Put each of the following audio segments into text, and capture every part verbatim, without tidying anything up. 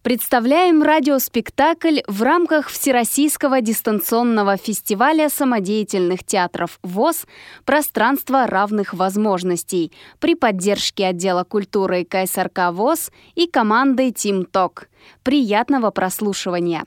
Представляем радиоспектакль в рамках Всероссийского дистанционного фестиваля самодеятельных театров ВОС «Пространство равных возможностей» при поддержке отдела культуры ка эс эр ка ВОС и команды Team Talk. Приятного прослушивания!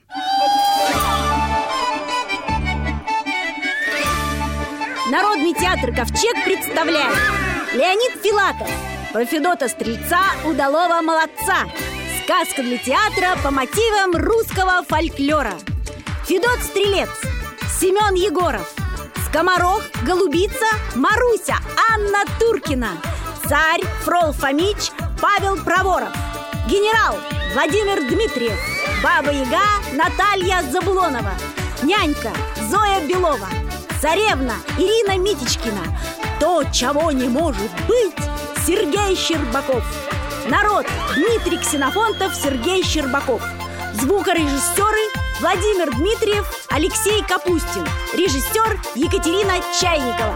Народный театр «Ковчег» представляет Леонид Филатов про Федота Стрельца, удалого молодца. Сказка для театра по мотивам русского фольклора. Федот Стрелец, Семен Егоров, Скоморох, Голубица, Маруся, Анна Туркина, Царь Фрол Фомич, Павел Проворов, Генерал Владимир Дмитриев, Баба-Яга Наталья Забулонова, Нянька Зоя Белова, Царевна Ирина Митичкина, То, чего не может быть, Сергей Щербаков. Народ Дмитрий Ксенофонтов, Сергей Щербаков. Звукорежиссеры Владимир Дмитриев, Алексей Капустин. Режиссер Екатерина Чайникова.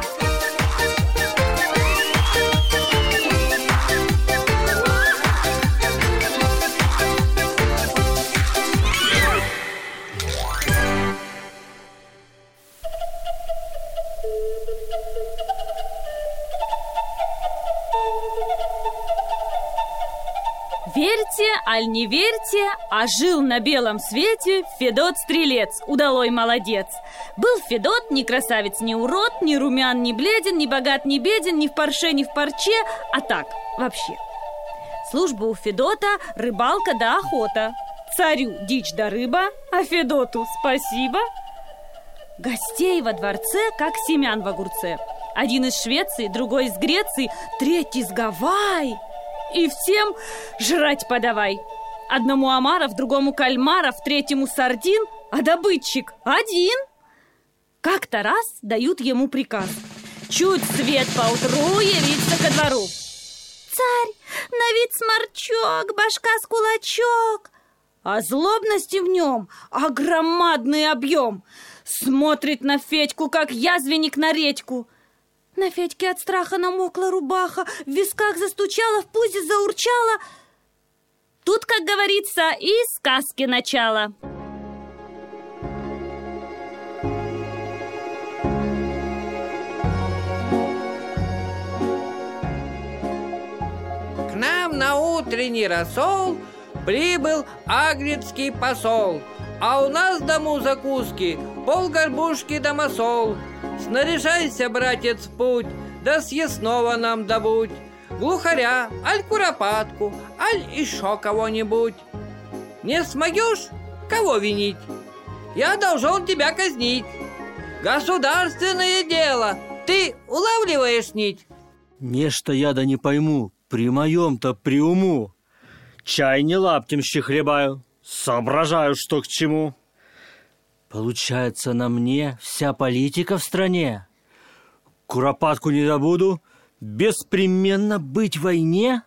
Верьте, аль не верьте, а жил на белом свете Федот Стрелец, удалой молодец. Был Федот ни красавец, ни урод, ни румян, ни бледен, ни богат, ни беден, ни в парше, ни в парче, а так, вообще. Служба у Федота — рыбалка да охота. Царю дичь да рыба, а Федоту спасибо. Гостей во дворце, как семян в огурце. Один из Швеции, другой из Греции, третий с Гавайи. И всем жрать подавай. Одному омаров, другому кальмаров, третьему сардин, а добытчик один. Как-то раз дают ему приказ: чуть свет поутру явиться ко двору. Царь, на вид сморчок, башка с кулачок, а злобности в нем огромадный объем. Смотрит на Федьку, как язвенник на редьку. На Федьке от страха намокла рубаха, в висках застучала, в пузе заурчала. Тут, как говорится, и сказки начало. К нам на утренний рассол прибыл агрецкий посол, а у нас дому закуски полгорбушки да масол. Снаряжайся, братец, в путь, да съестного нам добудь. Глухаря, аль куропатку, аль еще кого-нибудь. Не смогешь, кого винить? Я должен тебя казнить. Государственное дело, ты улавливаешь нить? Нечто я да не пойму, при моем-то приуму. Чай не лаптем щехлебаю, соображаю, что к чему. Получается, на мне вся политика в стране. Куропатку не забуду, беспременно быть в войне.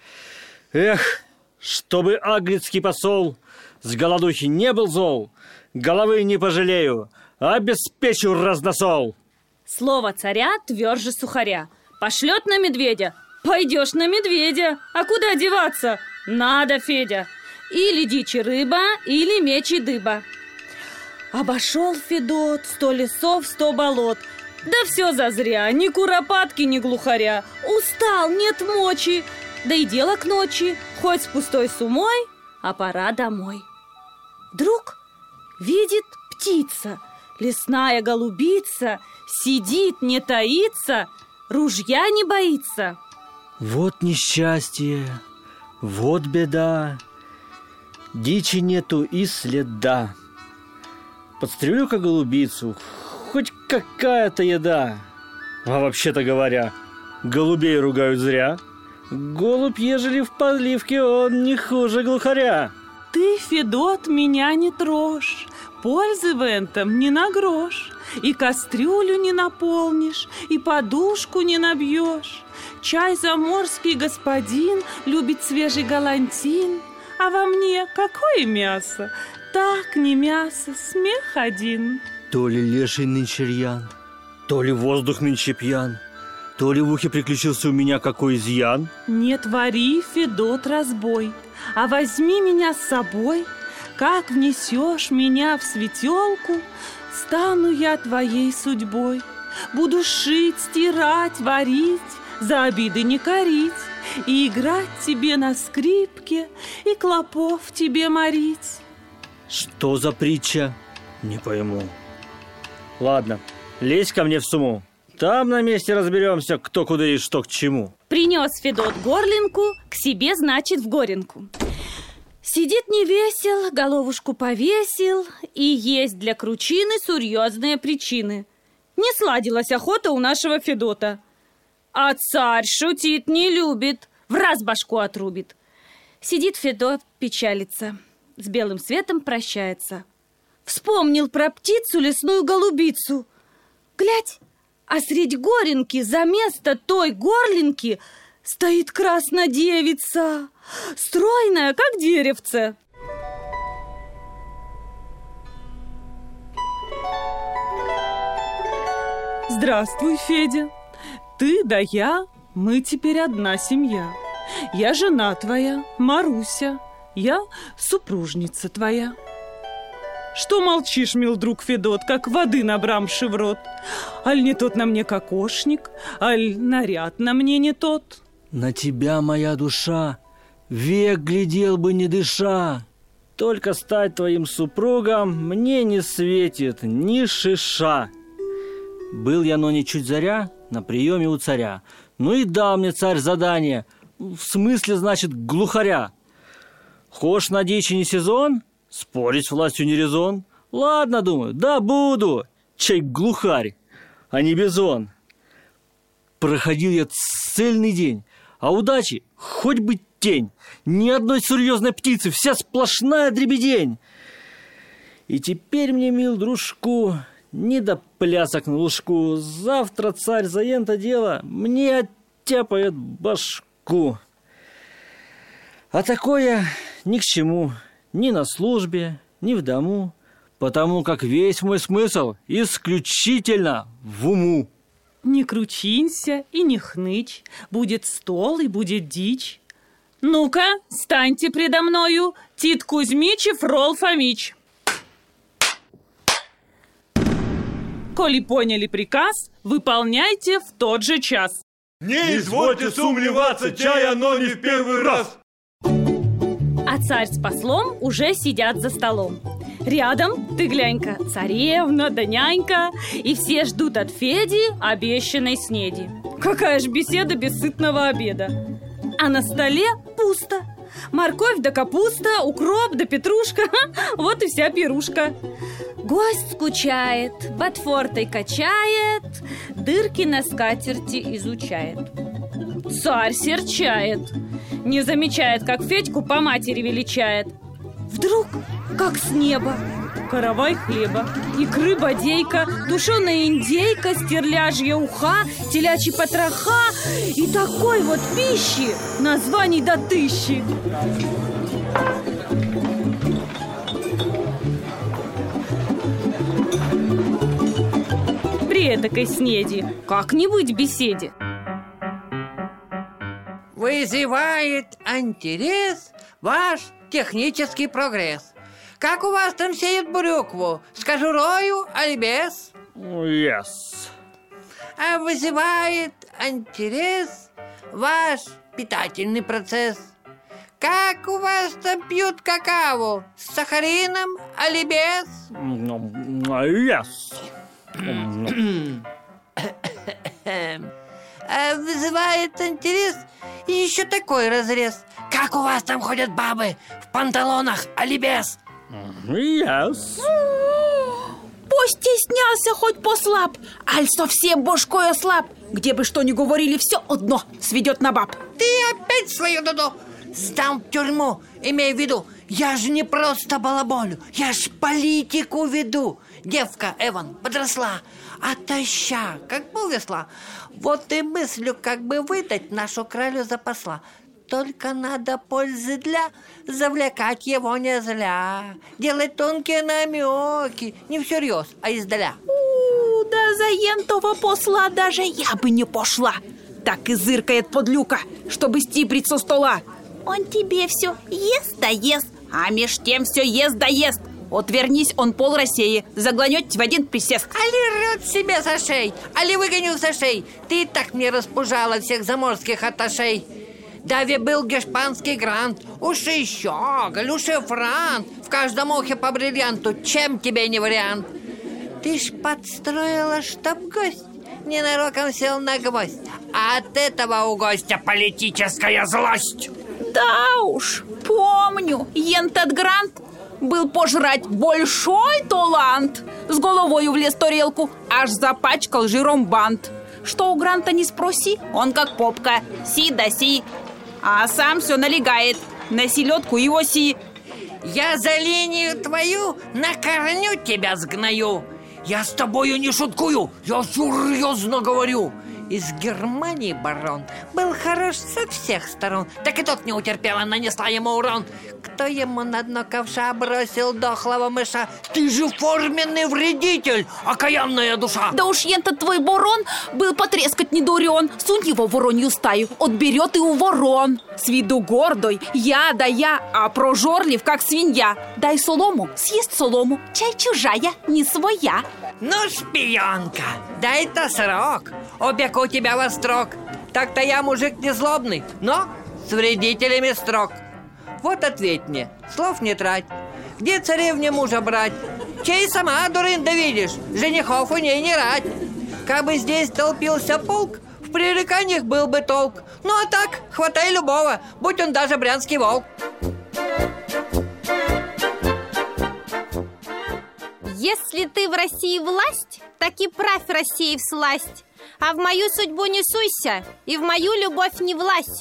Эх, чтобы агрецкий посол с голодухи не был зол, головы не пожалею, обеспечу разносол. Слово царя тверже сухаря. Пошлет на медведя, пойдешь на медведя. А куда деваться? Надо, Федя. Или дичь и рыба, или меч и дыба. Обошел Федот сто лесов, сто болот. Да все зазря, ни куропатки, ни глухаря. Устал, нет мочи. Да и дело к ночи, хоть с пустой сумой, а пора домой. Вдруг видит птица, лесная голубица, сидит, не таится, ружья не боится. Вот несчастье, вот беда, дичи нету и следа. Подстрелю-ка голубицу, хоть какая-то еда. А вообще-то говоря, голубей ругают зря. Голубь, ежели в подливке, он не хуже глухаря. Ты, Федот, меня не трожь, пользы в этом не на грош. И кастрюлю не наполнишь, и подушку не набьешь. Чай заморский господин любит свежий галантин. А во мне какое мясо? Так не мясо, смех один. То ли леший нынче рьян, то ли воздух нынче пьян. То ли в ухе приключился у меня какой изъян? Не твори, Федот, разбой, а возьми меня с собой. Как внесешь меня в светелку, стану я твоей судьбой. Буду шить, стирать, варить, за обиды не корить, и играть тебе на скрипке, и клопов тебе морить. Что за притча? Не пойму. Ладно, лезь ко мне в сумму. Там на месте разберемся, кто куда и что к чему. Принес Федот горлинку, к себе, значит, в горенку. Сидит невесел, головушку повесил, и есть для кручины серьезные причины. Не сладилась охота у нашего Федота. А царь шутить не любит, в раз башку отрубит. Сидит Федот, печалится, с белым светом прощается. Вспомнил про птицу лесную голубицу. Глядь, а средь горенки за место той горлинки стоит красная девица, стройная, как деревце. Здравствуй, Федя. Ты да я, мы теперь одна семья. Я жена твоя, Маруся, я супружница твоя. Что молчишь, мил друг Федот, как воды набрамши в рот? Аль не тот на мне кокошник, аль наряд на мне не тот? На тебя, моя душа, век глядел бы не дыша. Только стать твоим супругом мне не светит ни шиша. Был я, но не чуть заря, на приеме у царя. Ну и дал мне царь задание, в смысле, значит, глухаря. Хошь на дичи не сезон, спорить с властью не резон. Ладно, думаю, да буду, чай глухарь, а не бизон. Проходил я цельный день, а удачи хоть бы тень. Ни одной серьезной птицы, вся сплошная дребедень. И теперь мне, мил дружку, не до плясок на лужку. Завтра царь за ента дело мне оттяпает башку. А такое ни к чему, ни на службе, ни в дому, потому как весь мой смысл исключительно в уму. Не кручинься и не хнычь, будет стол и будет дичь. Ну-ка, станьте предо мною, Тит Кузьмич и Фрол Фомич. Коли поняли приказ, выполняйте в тот же час. Не извольте сумлеваться, чай оно не в первый раз. А царь с послом уже сидят за столом. Рядом, ты глянь-ка, царевна да нянька, и все ждут от Феди обещанной снеди. Какая ж беседа без сытного обеда. А на столе пусто. Морковь да капуста, укроп да петрушка. Вот и вся пирушка. Гость скучает, ботфортой качает, дырки на скатерти изучает. Царь серчает, не замечает, как Федьку по матери величает. Вдруг, как с неба, каравай хлеба, икры бодейка, тушеная индейка, стерляжья уха, телячьи потроха и такой вот пищи названий до тысячи. При этакой снеди как-нибудь беседе. Вызывает интерес ваш технический прогресс. Как у вас там сеют брюкву? С кожурою, али без? Yes. А вызывает интерес ваш питательный процесс. Как у вас там пьют какао? С сахарином, али без? Yes. А вызывает интерес и еще такой разрез. Как у вас там ходят бабы? В панталонах, али без? Yes. Постеснялся хоть послаб, аль совсем башкой ослаб. Где бы что ни говорили, все одно сведет на баб. Ты опять свою дуду сдам в тюрьму. Имей в виду, я же не просто балаболю, я ж политику веду. Девка Эван подросла, отоща, как весла. Вот и мыслю, как бы выдать нашу кралю за посла. Только надо пользы для, завлекать его не зря, делать тонкие намеки, не всерьез, а издаля. Фу, да за ентого посла даже я бы не пошла. Так и зыркает подлюка, чтобы стибрить со стола. Он тебе все ест да ест, а меж тем все ест да ест. Отвернись, он пол России заглянет в один присест. Али рот себе за шей, али выгоню за шей. Ты так мне распужала всех заморских аташей. Даве был гешпанский грант, уши щеголь, уши франт, в каждом ухе по бриллианту, чем тебе не вариант? Ты ж подстроила, чтоб гость ненароком сел на гвоздь, а от этого у гостя политическая злость. Да уж, помню, ентот грант был пожрать большой талант. С головою влез в тарелку, аж запачкал жиром бант. Что у гранта не спроси, он как попка, си да си. А сам все налегает на селедку и оси. Я за линию твою на корню тебя сгною. Я с тобою не шуткую, я серьезно говорю. Из Германии барон был хорош со всех сторон, так и тот не утерпел, нанесла ему урон. Кто ему на дно ковша бросил дохлого мыша? Ты же форменный вредитель, окаянная душа. Да уж ентот твой барон был потрескать не дурен. Сунь его в воронью стаю, отберет и у ворон. С виду гордой, я да я, а прожорлив, как свинья. Дай солому, съест солому, чай чужая, не своя. Ну, шпионка, дай-то срок, опеку тебя во строк. Так-то я мужик не злобный, но с вредителями строг. Вот ответь мне, слов не трать. Где царевне мужа брать? Чей сама, дурында, видишь, женихов у ней не рать. Кабы здесь толпился полк, в пререканиях был бы толк. Ну а так, хватай любого, будь он даже брянский волк. Если ты в России власть, так и правь Россией всласть. А в мою судьбу не суйся, и в мою любовь не влазь.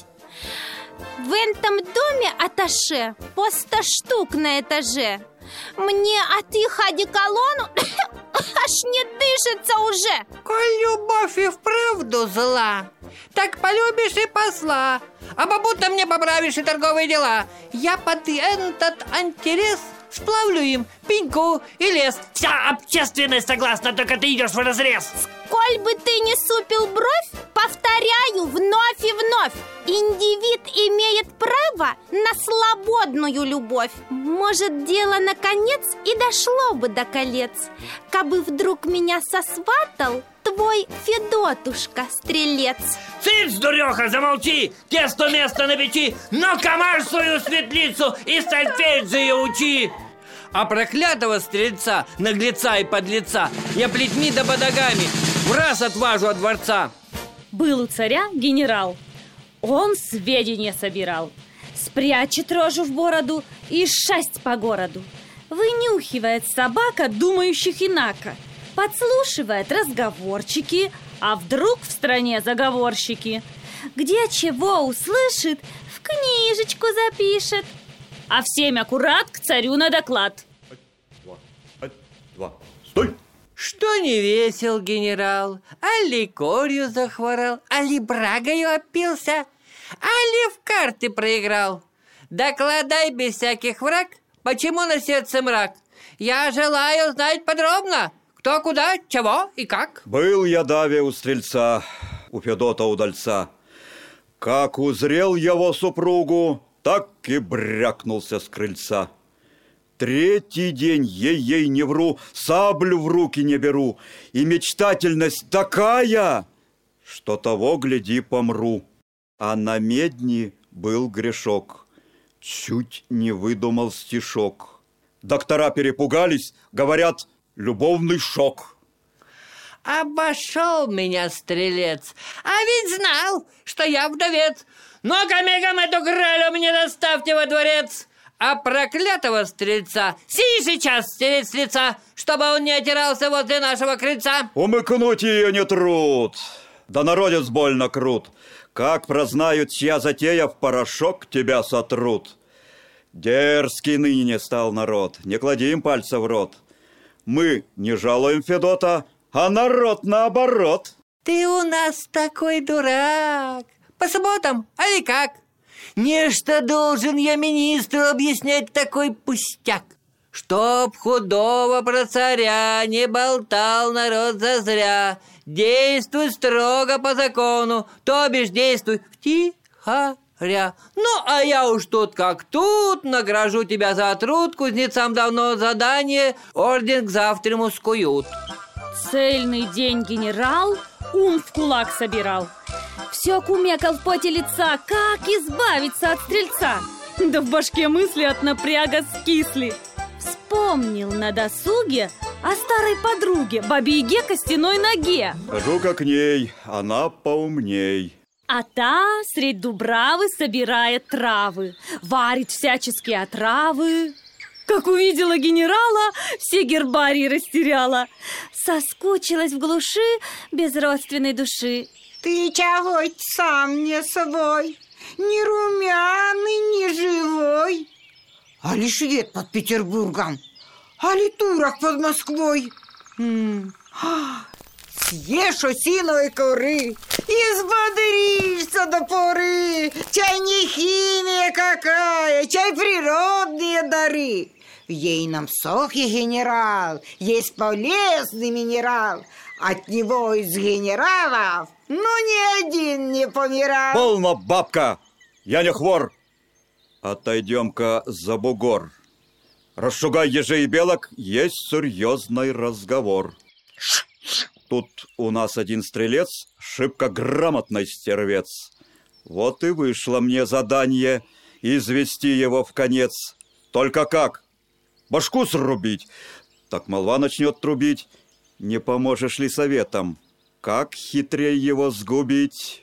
В этом доме аташе по сто штук на этаже. Мне от их одеколону аж не дышится уже. Коль любовь и вправду зла, так полюбишь и посла, а попутно мне поправишь и торговые дела. Я под этот антирез сплавлю им пеньку и лес. Вся общественность согласна, только ты идешь вразрез. Сколь бы ты не супил бровь, повторяю вновь и вновь, индивид имеет право на свободную любовь. Может, дело наконец и дошло бы до колец, кабы вдруг меня сосватал твой Федотушка-стрелец. Цыц, дуреха, замолчи! Тесто место на печи, но комар свою светлицу и сольфеджио учи! А проклятого стрельца, наглеца и подлеца я плетьми да бодогами в раз отважу от дворца. Был у царя генерал. Он сведения собирал. Спрячет рожу в бороду и шасть по городу. Вынюхивает собака думающих инако. Подслушивает разговорчики. А вдруг в стране заговорщики? Где чего услышит, в книжечку запишет. А всем аккурат к царю на доклад. Два, два, стой! Что не весел генерал, али корью захворал, али брагою опился, али в карты проиграл. Докладай без всяких враг, почему на сердце мрак. Я желаю знать подробно, кто, куда, чего и как. Был я даве у стрельца, у Федота удальца. Как узрел его супругу, так и брякнулся с крыльца. Третий день, ей-ей не вру, саблю в руки не беру. И мечтательность такая, что того, гляди, помру. А на медни был грешок, чуть не выдумал стишок. Доктора перепугались, говорят, любовный шок. Обошел меня стрелец, а ведь знал, что я вдовец. Ну-ка, мигом эту гралю мне доставьте во дворец. А проклятого стрельца сей сейчас стереть с лица, чтобы он не отирался возле нашего крыльца. Умыкнуть ее не труд, да народец больно крут. Как прознают, чья затея, в порошок тебя сотрут. Дерзкий ныне стал народ, не клади им пальца в рот. Мы не жалуем Федота, а народ наоборот. Ты у нас такой дурак. По субботам, али как? Нечто должен я министру объяснять такой пустяк, Чтоб худого про царя не болтал народ зазря. Действуй строго по закону, то бишь действуй втихаря. Ну, а я уж тут как тут, награжу тебя за труд, кузнецам давно задание, орден к завтраму скуют. Цельный день генерал ум в кулак собирал. Все кумекал в поте лица, как избавиться от стрельца. Да в башке мысли от напряга скисли. Вспомнил на досуге о старой подруге, бабе-яге костяной ноге. Хожу-ка к ней, она поумней. А та средь дубравы собирает травы, варит всяческие отравы. Как увидела генерала, все гербарии растеряла. Соскучилась в глуши без родственной души. Ты чего сам не свой, ни румяный, ни живой? Али швед под Петербургом, али турок под Москвой. М-м. Съешь осиновой коры и взбодришься до поры. Чай не химия какая, чай природные дары. В ейном соке, генерал, есть полезный минерал. От него из генералов, ну, ни один не помирал. Полно, бабка, я не хвор. Отойдем-ка за бугор. Расшугай ежей и белок, есть серьезный разговор. Тут у нас один стрелец, шибко грамотный стервец. Вот и вышло мне задание извести его в конец. Только как? Башку срубить? Так молва начнет трубить. Не поможешь ли советом? Как хитрее его сгубить?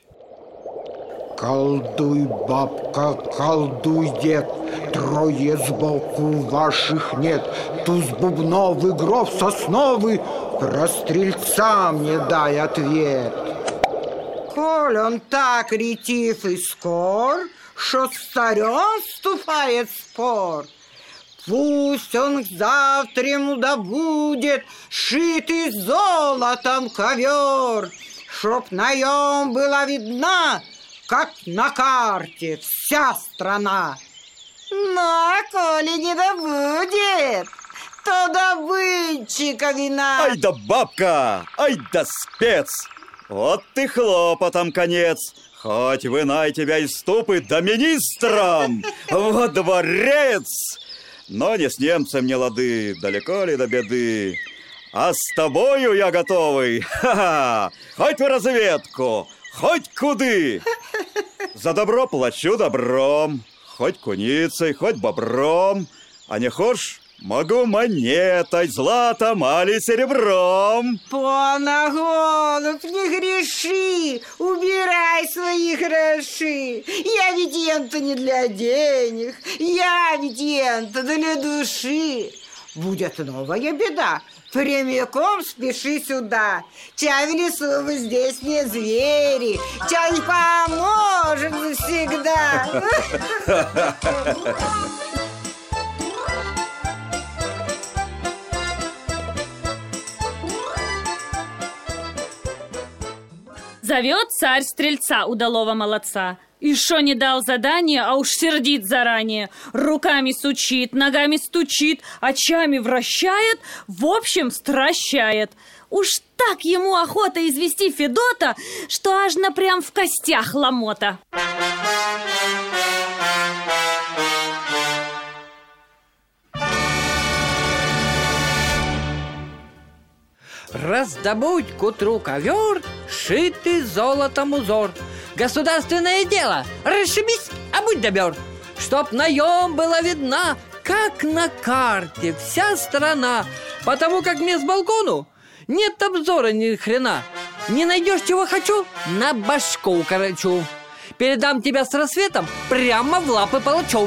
Колдуй, бабка, колдуй, дед, трое сбоку ваших нет. Туз бубновый, гроб сосновый, про стрельца мне дай ответ. Коль он так ретив и скор, шо с царем вступает в спор, пусть он завтра ему добудет шитый золотом ковер, чтоб на нем была видна, как на карте, вся страна. Ну, а коли не добудет, то добытчика вина. Ай да бабка, ай да спец! Вот ты хлопотом конец. Хоть вынай тебя из ступы, да министром во дворец. Но не с немцем не лады, далеко ли до беды. А с тобою я готовый, ха-ха, хоть в разведку, хоть куды. За добро плачу добром, хоть куницей, хоть бобром. А не хошь, могу монетой, златом, али серебром. Пона, голубь, не греши, убирай свои гроши. Я ведь ента не для денег, я ведь ента для души. Будет новая беда, прямиком спеши сюда. Чай в лесу вы здесь не звери, чай поможет всегда. Зовет царь стрельца, удалого молодца. И шо не дал задание, а уж сердит заранее. Руками сучит, ногами стучит, очами вращает, в общем, стращает. Уж так ему охота извести Федота, что аж напрям в костях ломота. Раздобудь к утру ковер, шитый золотом узор. Государственное дело, расшибись, а будь добер. Чтоб наем была видна, как на карте, вся страна. Потому как мне с балкону нет обзора ни хрена. Не найдешь, чего хочу, на башку укорочу. Передам тебя с рассветом прямо в лапы палачом.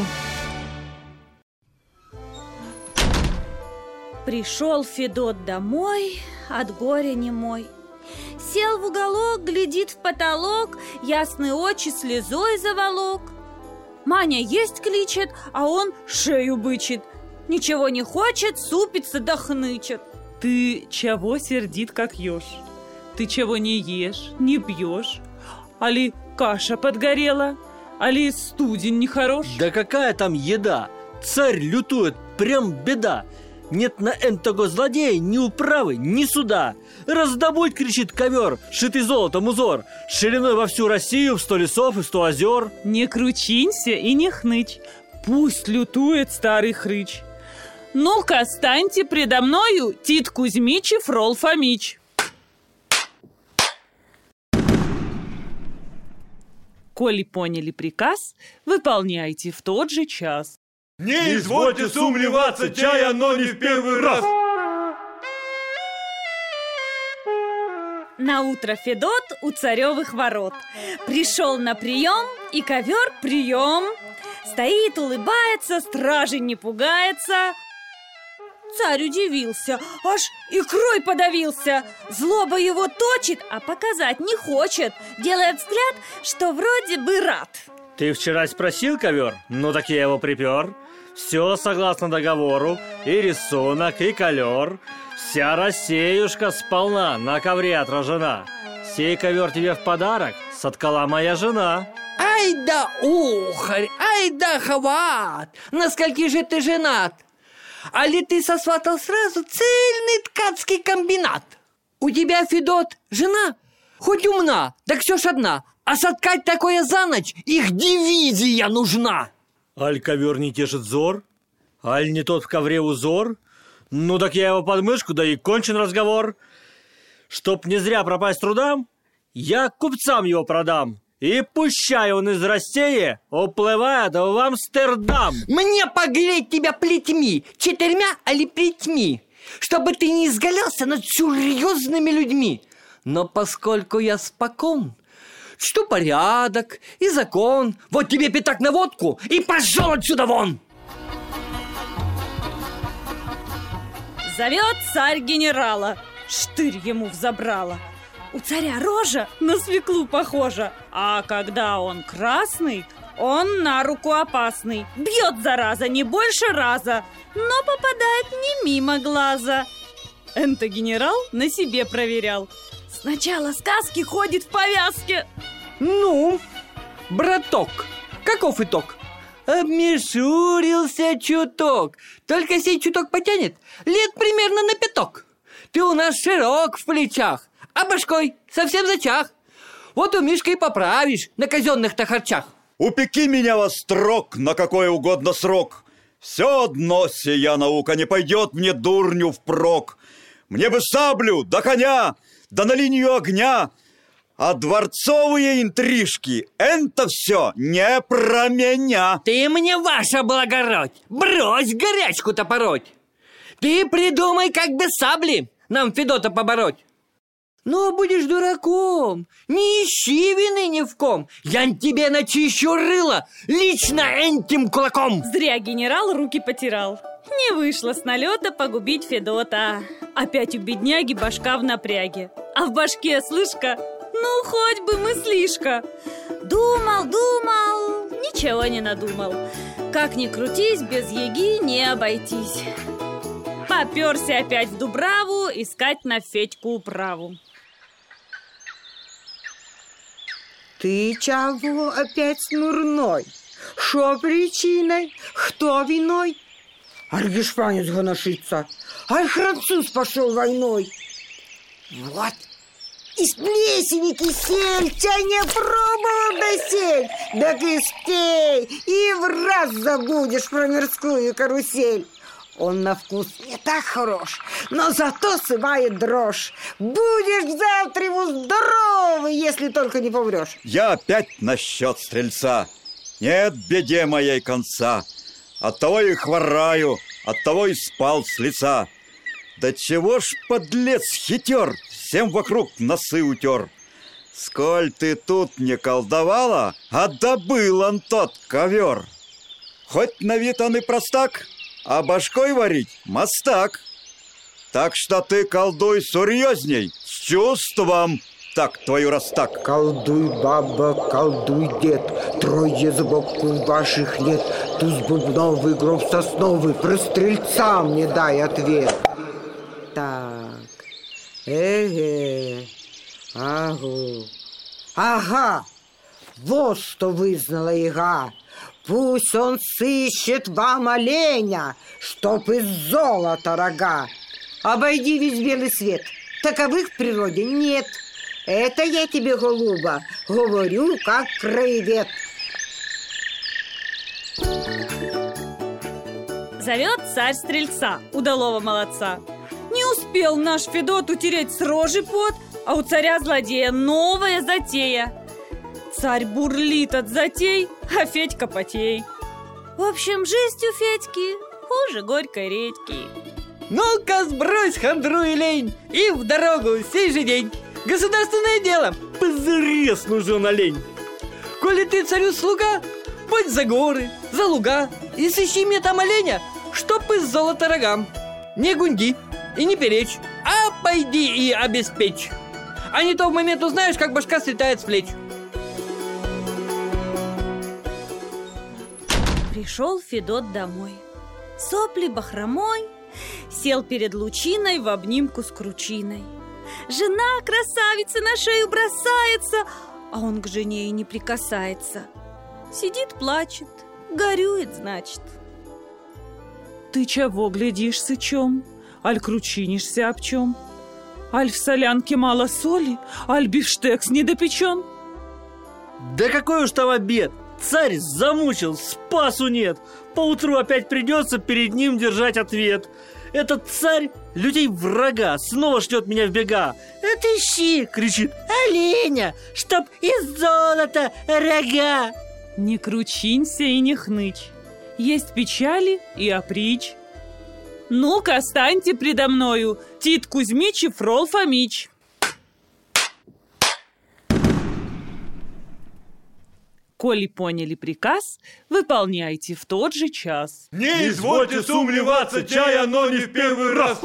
Пришел Федот домой от горя немой. Сел в уголок, глядит в потолок, ясные очи слезой заволок. Маня есть кличет, а он шею бычит. Ничего не хочет, супится да хнычет. Ты чего сердит, как еж? Ты чего не ешь, не пьешь? Али каша подгорела? Али студень нехорош? Да какая там еда? Царь лютует, прям беда. Нет на энтого злодея ни управы, ни суда. Раздобудь, кричит ковер, шитый золотом узор, шириной во всю Россию в сто лесов и сто озер. Не кручинься и не хнычь, пусть лютует старый хрыч. Ну-ка, станьте предо мною, Тит Кузьмич и Фрол Фомич. Коли поняли приказ, выполняйте в тот же час. Не извольте сумневаться, чай оно не в первый раз. Наутро Федот у царевых ворот пришел на прием, и ковер прием. Стоит, улыбается, стражей не пугается. Царь удивился, аж икрой подавился. Злоба его точит, а показать не хочет, делая взгляд, что вроде бы рад. Ты вчера спросил, ковер? Ну так я его припер. Все согласно договору, и рисунок, и колер. Вся Россиюшка сполна на ковре отражена. Сей ковер тебе в подарок соткала моя жена. Ай да ухарь, ай да хват! На скольки же ты женат? А ли ты сосватал сразу цельный ткацкий комбинат? У тебя, Федот, жена хоть умна, так все ж одна, а соткать такое за ночь их дивизия нужна. Аль ковер не тешит взор? Аль не тот в ковре узор? Ну так я его под мышку, да и кончен разговор. Чтоб не зря пропасть трудам, я купцам его продам. И пущай он из России уплывает в Амстердам. Мне поглядеть тебя плетьми, четырьмя али плетьми, чтобы ты не изгалялся над серьезными людьми. Но поскольку я спокон, что порядок и закон, вот тебе пятак на водку и пошел отсюда вон. Зовет царь генерала, штырь ему взобрала. У царя рожа на свеклу похожа, а когда он красный, он на руку опасный. Бьет, зараза, не больше раза, но попадает не мимо глаза. Энто генерал на себе проверял. Сначала сказки ходит в повязке. Ну, браток, каков итог? Обмешурился чуток. Только сей чуток потянет лет примерно на пяток. Ты у нас широк в плечах, а башкой совсем зачах. Вот у Мишка и поправишь на казенных-то харчах. Упеки меня во строк на какой угодно срок. Все одно сия наука не пойдет мне дурню впрок. Мне бы саблю, да коня, да на линию огня. А дворцовые интрижки — это все не про меня. Ты мне, ваша благородь, брось горячку-то пороть. Ты придумай, как без сабли нам Федота побороть. Ну, а будешь дураком, не ищи вины ни в ком. Я тебе начищу рыло лично этим кулаком. Зря генерал руки потирал. Не вышло с налета погубить Федота. Опять у бедняги башка в напряге. А в башке, слышь-ка, ну хоть бы мыслишка. Думал, думал, ничего не надумал. Как ни крутись, без яги не обойтись. Поперся опять в Дубраву искать на Федьку управу. Ты чего опять смурной? Шо причиной? Кто виной? Аль гешпанец гоношится, аль француз пошел войной. Вот, из плесени кисель, чай не пробовал досель. Да ты спей, и в раз забудешь про мирскую карусель. Он на вкус не так хорош, но зато сывает дрожь. Будешь завтра ему здоровый, если только не поврешь. Я опять насчет стрельца. Нет беде моей конца. Оттого и хвораю, оттого и спал с лица. Да чего ж, подлец, хитер, всем вокруг носы утер. Сколь ты тут не колдовала, а добыл он тот ковер. Хоть на вид он и простак, а башкой варить мастак. Так что ты колдуй серьезней, с чувством, так твою раз так. Колдуй, баба, колдуй, дед, трое сбоку ваших нет. Туз бубновый, гроб сосновый, про стрельца мне дай ответ. Так, эге, агу. Ага, вот что вызнала яга. Пусть он сыщет вам оленя, чтоб из золота рога. Обойди весь белый свет. Таковых в природе нет. Это я тебе, голуба, говорю как краевед. Зовет царь стрельца, удалого молодца. Не успел наш Федот утереть с рожи пот, а у царя-злодея новая затея. Царь бурлит от затей, а Федька потей. В общем, жизнь у Федьки хуже горькой редьки. Ну-ка, сбрось хандру и лень и в дорогу сей же день. Государственное дело, позарез нужен олень. Коли ты царю слуга, путь за горы, за луга и сыщи мне там оленя, чтоб из золота рогам. Не гунди и не перечь, а пойди и обеспечь. А не то в момент узнаешь, как башка слетает с плеч. Пришел Федот домой. Сопли бахромой, сел перед лучиной в обнимку с кручиной. Жена красавица на шею бросается, а он к жене и не прикасается. Сидит, плачет, горюет, значит. Ты чего глядишь, сычом? Аль кручинишься об чем? Аль в солянке мало соли, аль бифштекс недопечен? Да какой уж там обед! Царь замучил, спасу нет. Поутру опять придется перед ним держать ответ. Этот царь людей врага снова шлет меня в бега. «Это ищи!» — кричит. «Оленя, чтоб из золота рога!» Не кручинься и не хнычь. Есть печали и опричь. Ну-ка, станьте предо мною, Тит Кузьмич и Фрол Фомич. Коли поняли приказ, выполняйте в тот же час. Не извольте сомневаться, чай оно не в первый раз.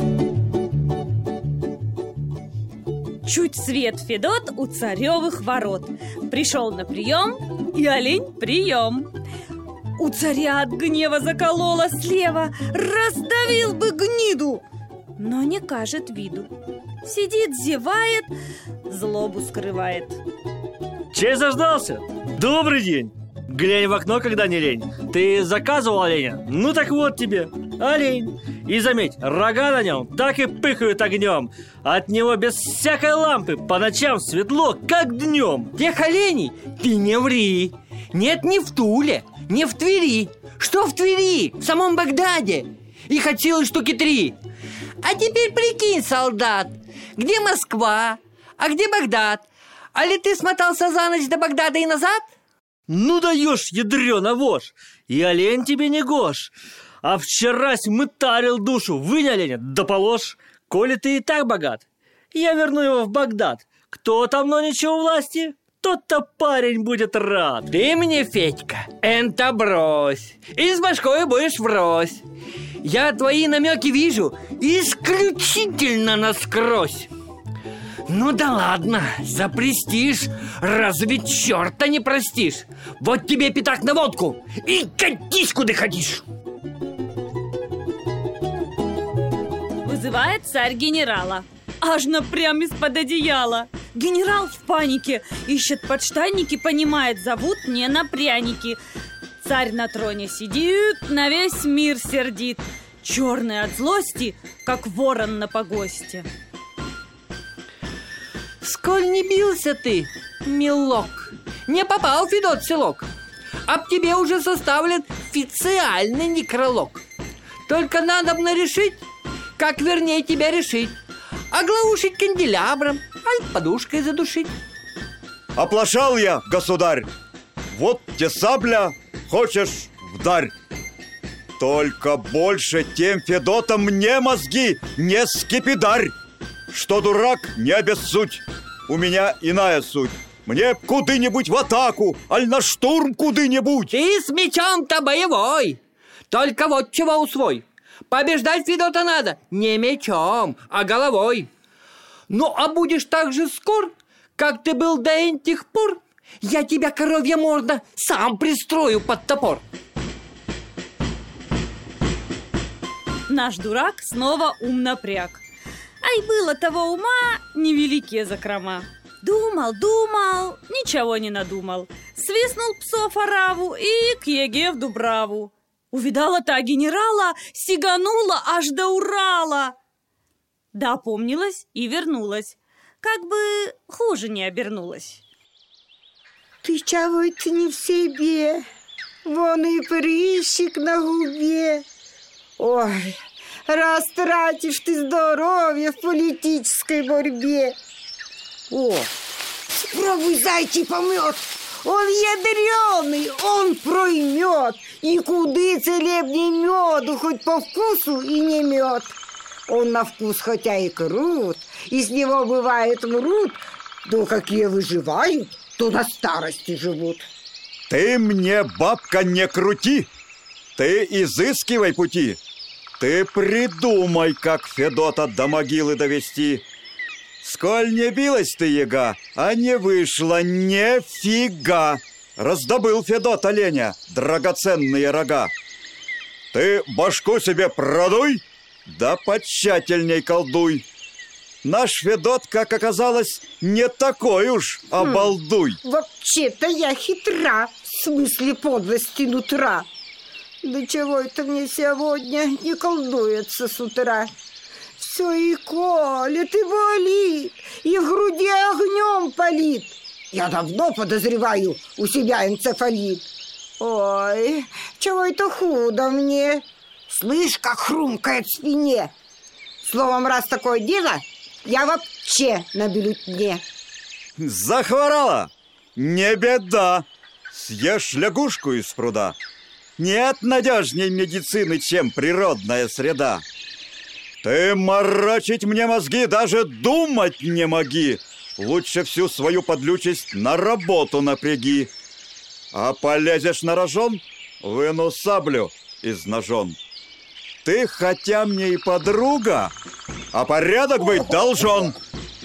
Чуть свет Федот у царевых ворот. Пришел на прием, и олень прием. У царя от гнева заколола слева, раздавил бы гниду, но не кажет виду. Сидит, зевает, злобу скрывает. Чей заждался? Добрый день! Глянь в окно, когда не лень. Ты заказывал оленя? Ну так вот тебе, олень. И заметь, рога на нем так и пыхают огнем. От него без всякой лампы по ночам светло, как днем. Тех оленей ты не ври. Нет ни в Туле, ни в Твери. Что в Твери? В самом Багдаде. Их от силы штуки три. А теперь прикинь, солдат, где Москва, а где Багдад? А ли ты смотался за ночь до Багдада и назад? Ну даешь, ядрёна вошь, и олень тебе не гош. А вчерась мытарил душу, вынь оленя, да положь. Коли ты и так богат, я верну его в Багдад. Кто там, но ничего власти, тот-то парень будет рад. Ты мне, Федька, энто брось, и с башкой будешь врозь. Я твои намеки вижу исключительно насквозь. Ну да ладно, за престиж разве черта не простишь? Вот тебе пятак на водку и катись, куда ходишь. Вызывает царь генерала. Аж напрям из-под одеяла. Генерал в панике, ищет подштанники, понимает, зовут не на пряники. Царь на троне сидит, на весь мир сердит, черный от злости, как ворон на погосте. Сколь не бился ты, милок, не попал Федот в селок, об тебе уже составлен официальный некролог. Только надобно решить, как вернее тебя решить. Оглаушить канделябром, аль подушкой задушить. Оплошал я, государь. Вот те сабля, хочешь вдарь. Только больше тем Федотом мне мозги не скипидарь. Что дурак, не обессудь. У меня иная суть. Мне куды-нибудь в атаку, аль на штурм куды-нибудь. Ты с мечом-то боевой. Только вот чего усвой. Побеждать Федота надо не мечом, а головой. Ну, а будешь так же скор, как ты был до этих пор, я тебя, коровья морда, сам пристрою под топор. Наш дурак снова ум напряг. Ай, было того ума невеликие закрома. Думал, думал, ничего не надумал. Свистнул псов ораву и к Еге в Дубраву. Увидала та генерала, сиганула аж до Урала. Да опомнилась и вернулась, как бы хуже не обернулась. Ты чего-то не в себе, вон и прыщик на губе. Ой, растратишь ты здоровье в политической борьбе. О, спробуй зайчий помет, он ядреный, он проймет. И куды целебней меду, хоть по вкусу и не мед. Он на вкус хотя и крут, и с него бывает мрут, но какие выживают, то на старости живут. Ты мне, бабка, не крути, ты изыскивай пути. Ты придумай, как Федота до могилы довести. Сколь не билась ты, Ега, а не вышла нифига. Раздобыл Федот оленя драгоценные рога. Ты башку себе продуй, да потщательней колдуй. Наш Федот, как оказалось, не такой уж обалдуй. Хм, вообще-то я хитра, в смысле подлости нутра. Да чего это мне сегодня не колдуется с утра? Все и колет, и болит, и в груди огнем палит. Я давно подозреваю у себя энцефалит. Ой, чего это худо мне. Слышь, как хрумкает в спине. Словом, раз такое дело, я вообще на бюллетне. Захворала? Не беда. Съешь лягушку из пруда. Нет надежней медицины, чем природная среда. Ты морочить мне мозги даже думать не моги. Лучше всю свою подлючесть на работу напряги. А полезешь на рожон, выну саблю из ножон. Ты хотя мне и подруга, а порядок быть должен.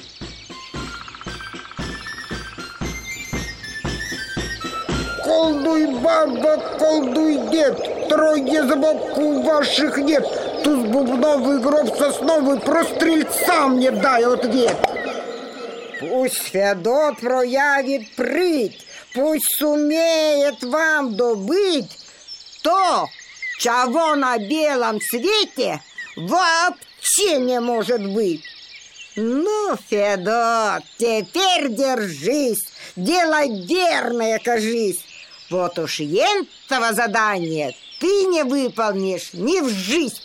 Колдуй, баба, колдуй, дед, трое зубов ваших нет. Туз бубновый, гроб сосновый, про стрельца мне дай ответ. Пусть Федот проявит прыть, пусть сумеет вам добыть то, чего на белом свете вообще не может быть. Ну, Федот, теперь держись, делай верное, кажись. Вот уж этого задания ты не выполнишь ни в жизнь.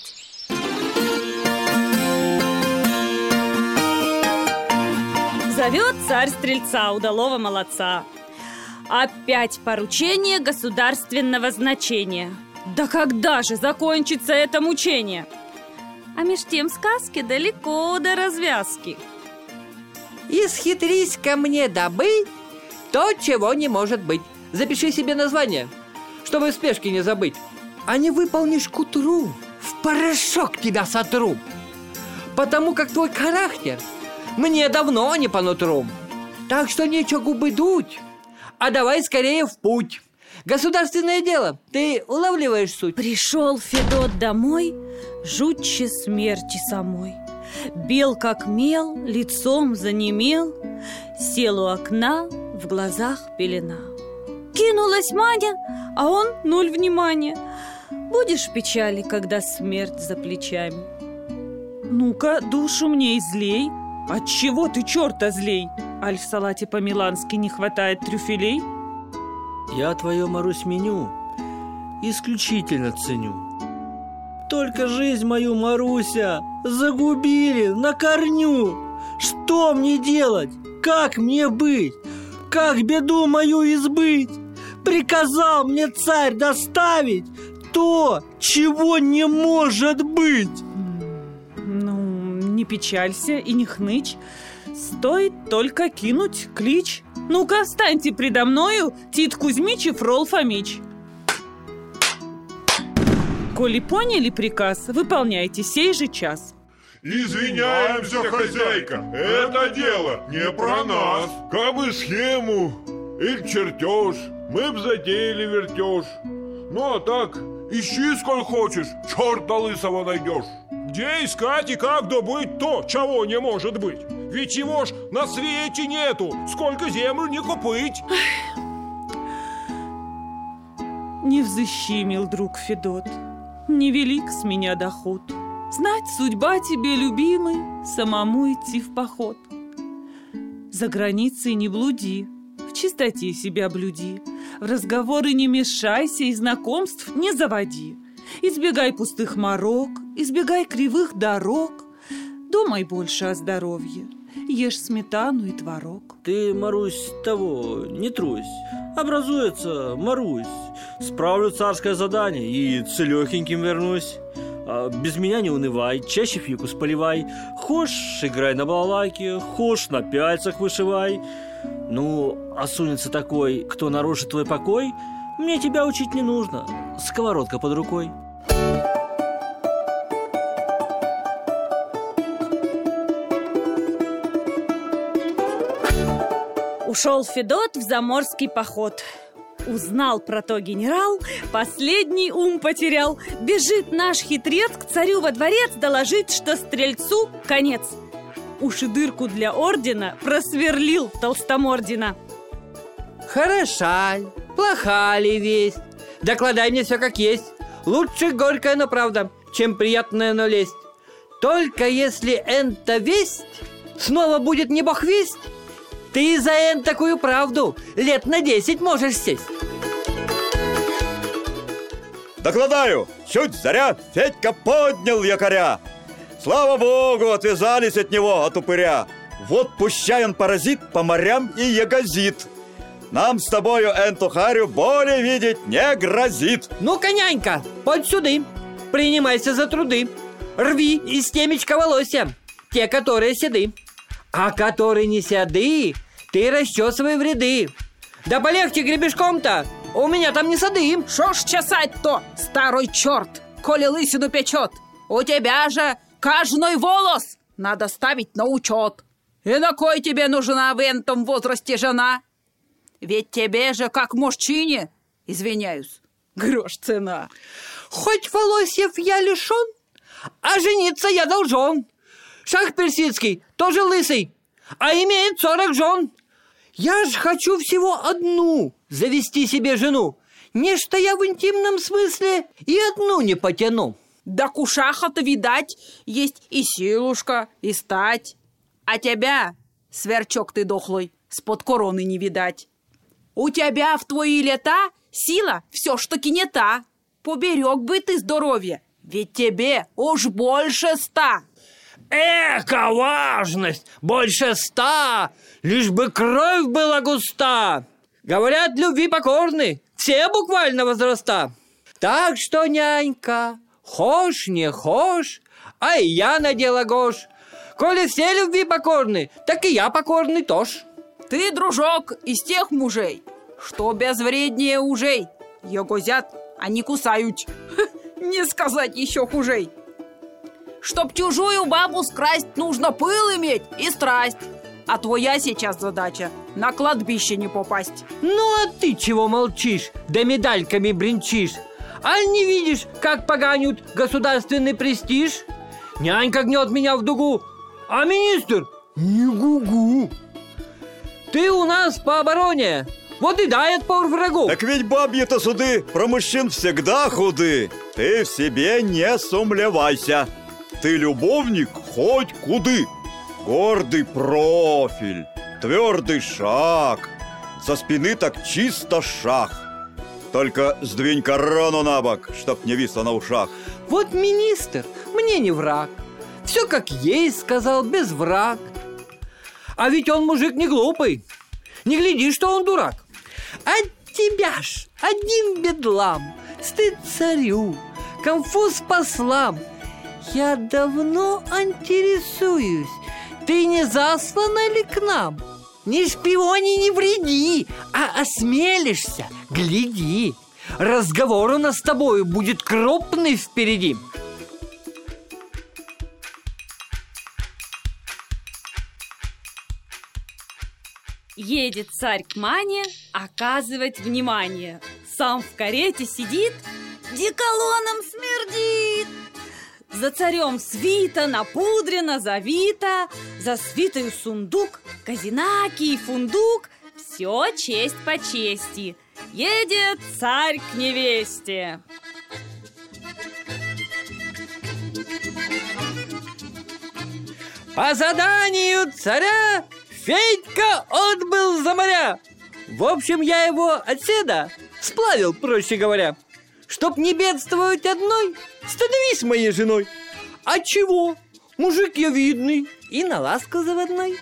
Зовет царь стрельца, удалого молодца. Опять поручение государственного значения. Да когда же закончится это мучение? А меж тем сказки далеко до развязки. Исхитрись ко мне добыть то, чего не может быть. Запиши себе название, чтобы в спешке не забыть. А не выполнишь к утру, в порошок тебя сотру. Потому как твой характер мне давно не по нутру. Так что нечего губы дуть, а давай скорее в путь. Государственное дело, ты улавливаешь суть? Пришел Федот домой, жутче смерти самой. Бел как мел, лицом занемел, сел у окна, в глазах пелена. Кинулась Маня, а он нуль внимания. Будешь в печали, когда смерть за плечами. Ну-ка, душу мне излей. Отчего ты черта злей? Аль в салате по-милански не хватает трюфелей? Я твое, Марусь, меню исключительно ценю. Только жизнь мою, Маруся, загубили на корню. Что мне делать? Как мне быть? Как беду мою избыть? Приказал мне царь доставить то, чего не может быть. Ну, не печалься и не хнычь. Стоит только кинуть клич. Ну-ка, встаньте предо мною, Тит Кузьмич и Фрол Фомич. Коли поняли приказ, выполняйте сей же час. Извиняемся, хозяйка, это дело не про нас. Кабы схему или чертеж, мы б затеяли вертеж. Ну а так, ищи сколь хочешь, черта лысого найдешь. Где искать и как добыть то, чего не может быть? Ведь его ж на свете нету, сколько землю не купить. Не взыщи, мил друг Федот, невелик с меня доход. Знать, судьба тебе, любимый, самому идти в поход. За границей не блуди, в чистоте себя блюди, в разговоры не мешайся и знакомств не заводи. Избегай пустых морок, избегай кривых дорог. Думай больше о здоровье, ешь сметану и творог. Ты, Марусь, того, не трусь. Образуется, Марусь. Справлю царское задание и целехеньким вернусь. А без меня не унывай, чаще фикус поливай. Хошь, играй на балалайке, хошь, на пяльцах вышивай. Ну, а сунется такой, кто нарушит твой покой, мне тебя учить не нужно, сковородка под рукой. Ушел Федот в заморский поход. Узнал про то генерал, последний ум потерял. Бежит наш хитрец к царю во дворец доложить, что стрельцу конец. Уж и дырку для ордена просверлил толстомордина. Хороша ль, плоха ли весть? Докладай мне все как есть. Лучше горькая, но правда, чем приятная, но лесть. Только если энта весть снова будет не бог весть, ты за эн такую правду лет на десять можешь сесть. Докладаю, чуть заря, Федька поднял якоря. Слава богу, отвязались от него, от упыря. Вот пущай он паразит по морям и ягозит. Нам с тобою энту харю более видеть не грозит. Ну-ка, нянька, подь сюды, принимайся за труды. Рви из темечка волосья те, которые седы. А которые не седы, ты расчесывай в ряды. Да полегче гребешком-то, у меня там не сады. Шо ж чесать-то, старый черт, коли лысину печет? У тебя же каждый волос надо ставить на учет. И на кой тебе нужна в этом возрасте жена? Ведь тебе же, как мужчине, извиняюсь, грош цена. Хоть волосьев я лишен, а жениться я должен. Шах персидский тоже лысый, а имеет сорок жен. Я ж хочу всего одну завести себе жену. Нечто я в интимном смысле и одну не потяну. Да кушаха-то, видать, есть и силушка, и стать. А тебя, сверчок ты дохлый, с-под короны не видать. У тебя в твои лета сила все ж таки не та. Поберег бы ты здоровье, ведь тебе уж больше ста. Эка важность, больше ста, лишь бы кровь была густа. Говорят, любви покорны все буквально возраста. Так что, нянька, хошь не хошь, а и я надела гош. Коли все любви покорны, так и я покорный тоже. Ты, дружок, из тех мужей, что безвреднее ужей. Ягозят, а не кусают. Не сказать еще хужей. Чтоб чужую бабу скрасть, нужно пыл иметь и страсть. А твоя сейчас задача на кладбище не попасть. Ну а ты чего молчишь, да медальками бренчишь? А не видишь, как поганят государственный престиж? Нянька гнет меня в дугу, а министр не гугу. Ты у нас по обороне, вот и дай отпор врагу. Так ведь бабьи-то суды про мужчин всегда худы. Ты в себе не сумлевайся. Ты любовник хоть куды. Гордый профиль, твердый шаг, со спины так чисто шах. Только сдвинь корону на бок, чтоб не висло на ушах. Вот министр мне не враг. Все как есть сказал, без враг. А ведь он мужик не глупый. Не гляди, что он дурак. От тебя ж один бедлам, стыд царю, конфуз послам. Я давно интересуюсь, ты не заслана ли к нам? Не шпиони, не вреди, а осмелишься, гляди. Разговор у нас с тобой будет крупный впереди. Едет царь к Мане оказывать внимание. Сам в карете сидит, деколоном смердит. За царем свита, напудрена, завита, за свитою сундук, казинаки и фундук. Все честь по чести. Едет царь к невесте. По заданию царя Федька отбыл за моря. В общем, я его отседа сплавил, проще говоря. Чтоб не бедствовать одной, становись моей женой. А чего? Мужик я видный и на ласку заводной.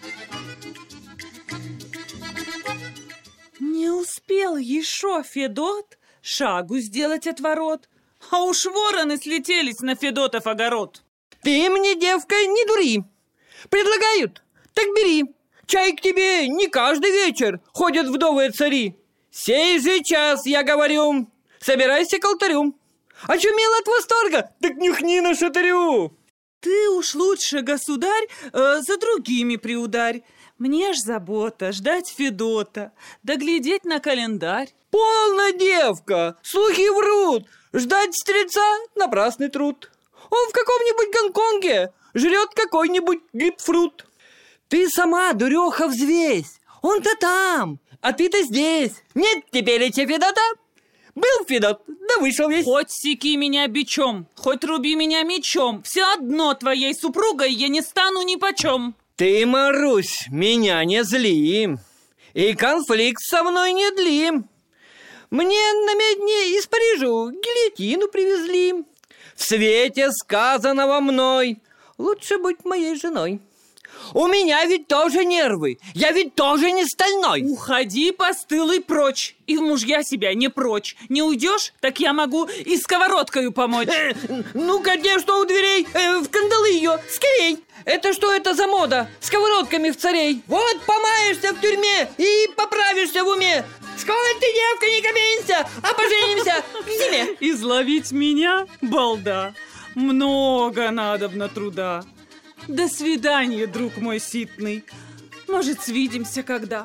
Не успел еще Федот шагу сделать от ворот, а уж вороны слетелись на Федотов огород. Ты мне, девка, не дури. Предлагают, так бери. Чай к тебе не каждый вечер ходят вдовые цари. Сей же час, я говорю, собирайся к алтарю. Очумел от восторга, так нюхни на шатырю. Ты уж лучше, государь, э, за другими приударь. Мне ж забота ждать Федота, да глядеть на календарь. Полно, девка, слухи врут. Ждать стрельца — напрасный труд. Он в каком-нибудь Гонконге жрет какой-нибудь грейпфрут. Ты сама, дуреха, взвесь. Он-то там, а ты-то здесь. Нет теперь эти Федота. Был Федот, да вышел весь. Хоть секи меня бичом, хоть руби меня мечом, все одно твоей супругой я не стану нипочем. Ты, Марусь, меня не зли, и конфликт со мной не дли. Мне на медне из Парижа гильотину привезли. В свете сказанного мной лучше быть моей женой. У меня ведь тоже нервы, я ведь тоже не стальной. Уходи, постылый, прочь, и в мужья себя не прочь. Не уйдешь, так я могу и сковородкою помочь. Э, ну-ка, где что у дверей? Э, в кандалы ее, скорей. Это что это за мода? Сковородками в царей. Вот помаешься в тюрьме и поправишься в уме. Скоро ты, девка, не кабенься, а поженимся к зиме. Изловить меня, балда, много надобно труда. До свидания, друг мой ситный. Может, свидимся когда.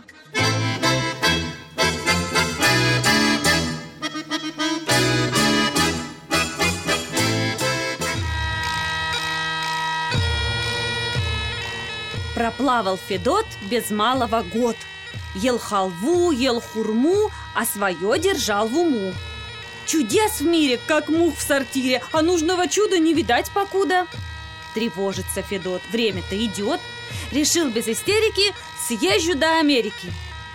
Проплавал Федот без малого год. Ел халву, ел хурму, а свое держал в уму. Чудес в мире, как мух в сортире, а нужного чуда не видать покуда. Тревожится Федот, время-то идет. Решил без истерики, съезжу до Америки.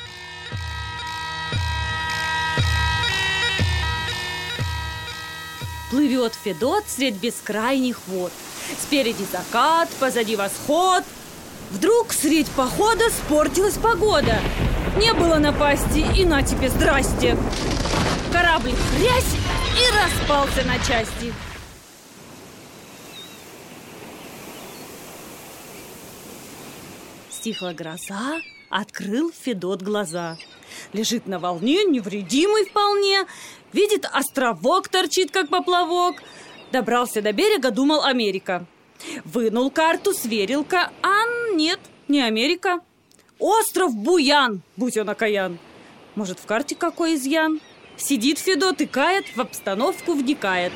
Плывет Федот средь бескрайних вод. Спереди закат, позади восход. Вдруг средь похода спортилась погода. Не было напасти, и на тебе здрасте. Корабль хрясь и распался на части. Стихла гроза, открыл Федот глаза. Лежит на волне, невредимый вполне. Видит, островок торчит, как поплавок. Добрался до берега, думал Америка. Вынул карту, сверил-ка, а нет, не Америка. Остров Буян, будь он окаян. Может, в карте какой изъян? Сидит Федот и кает, в обстановку вникает.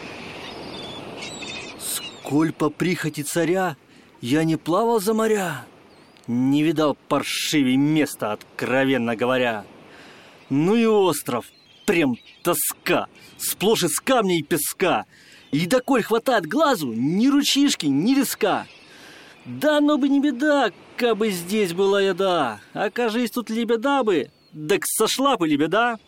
Сколь по прихоти царя я не плавал за моря, не видал паршивей места, откровенно говоря. Ну и остров, прям тоска, сплошь из камня и песка. И доколь хватает глазу, ни ручишки, ни леска. Да, но бы не беда, кабы здесь была еда. Окажись тут лебеда бы, так сошла бы лебеда.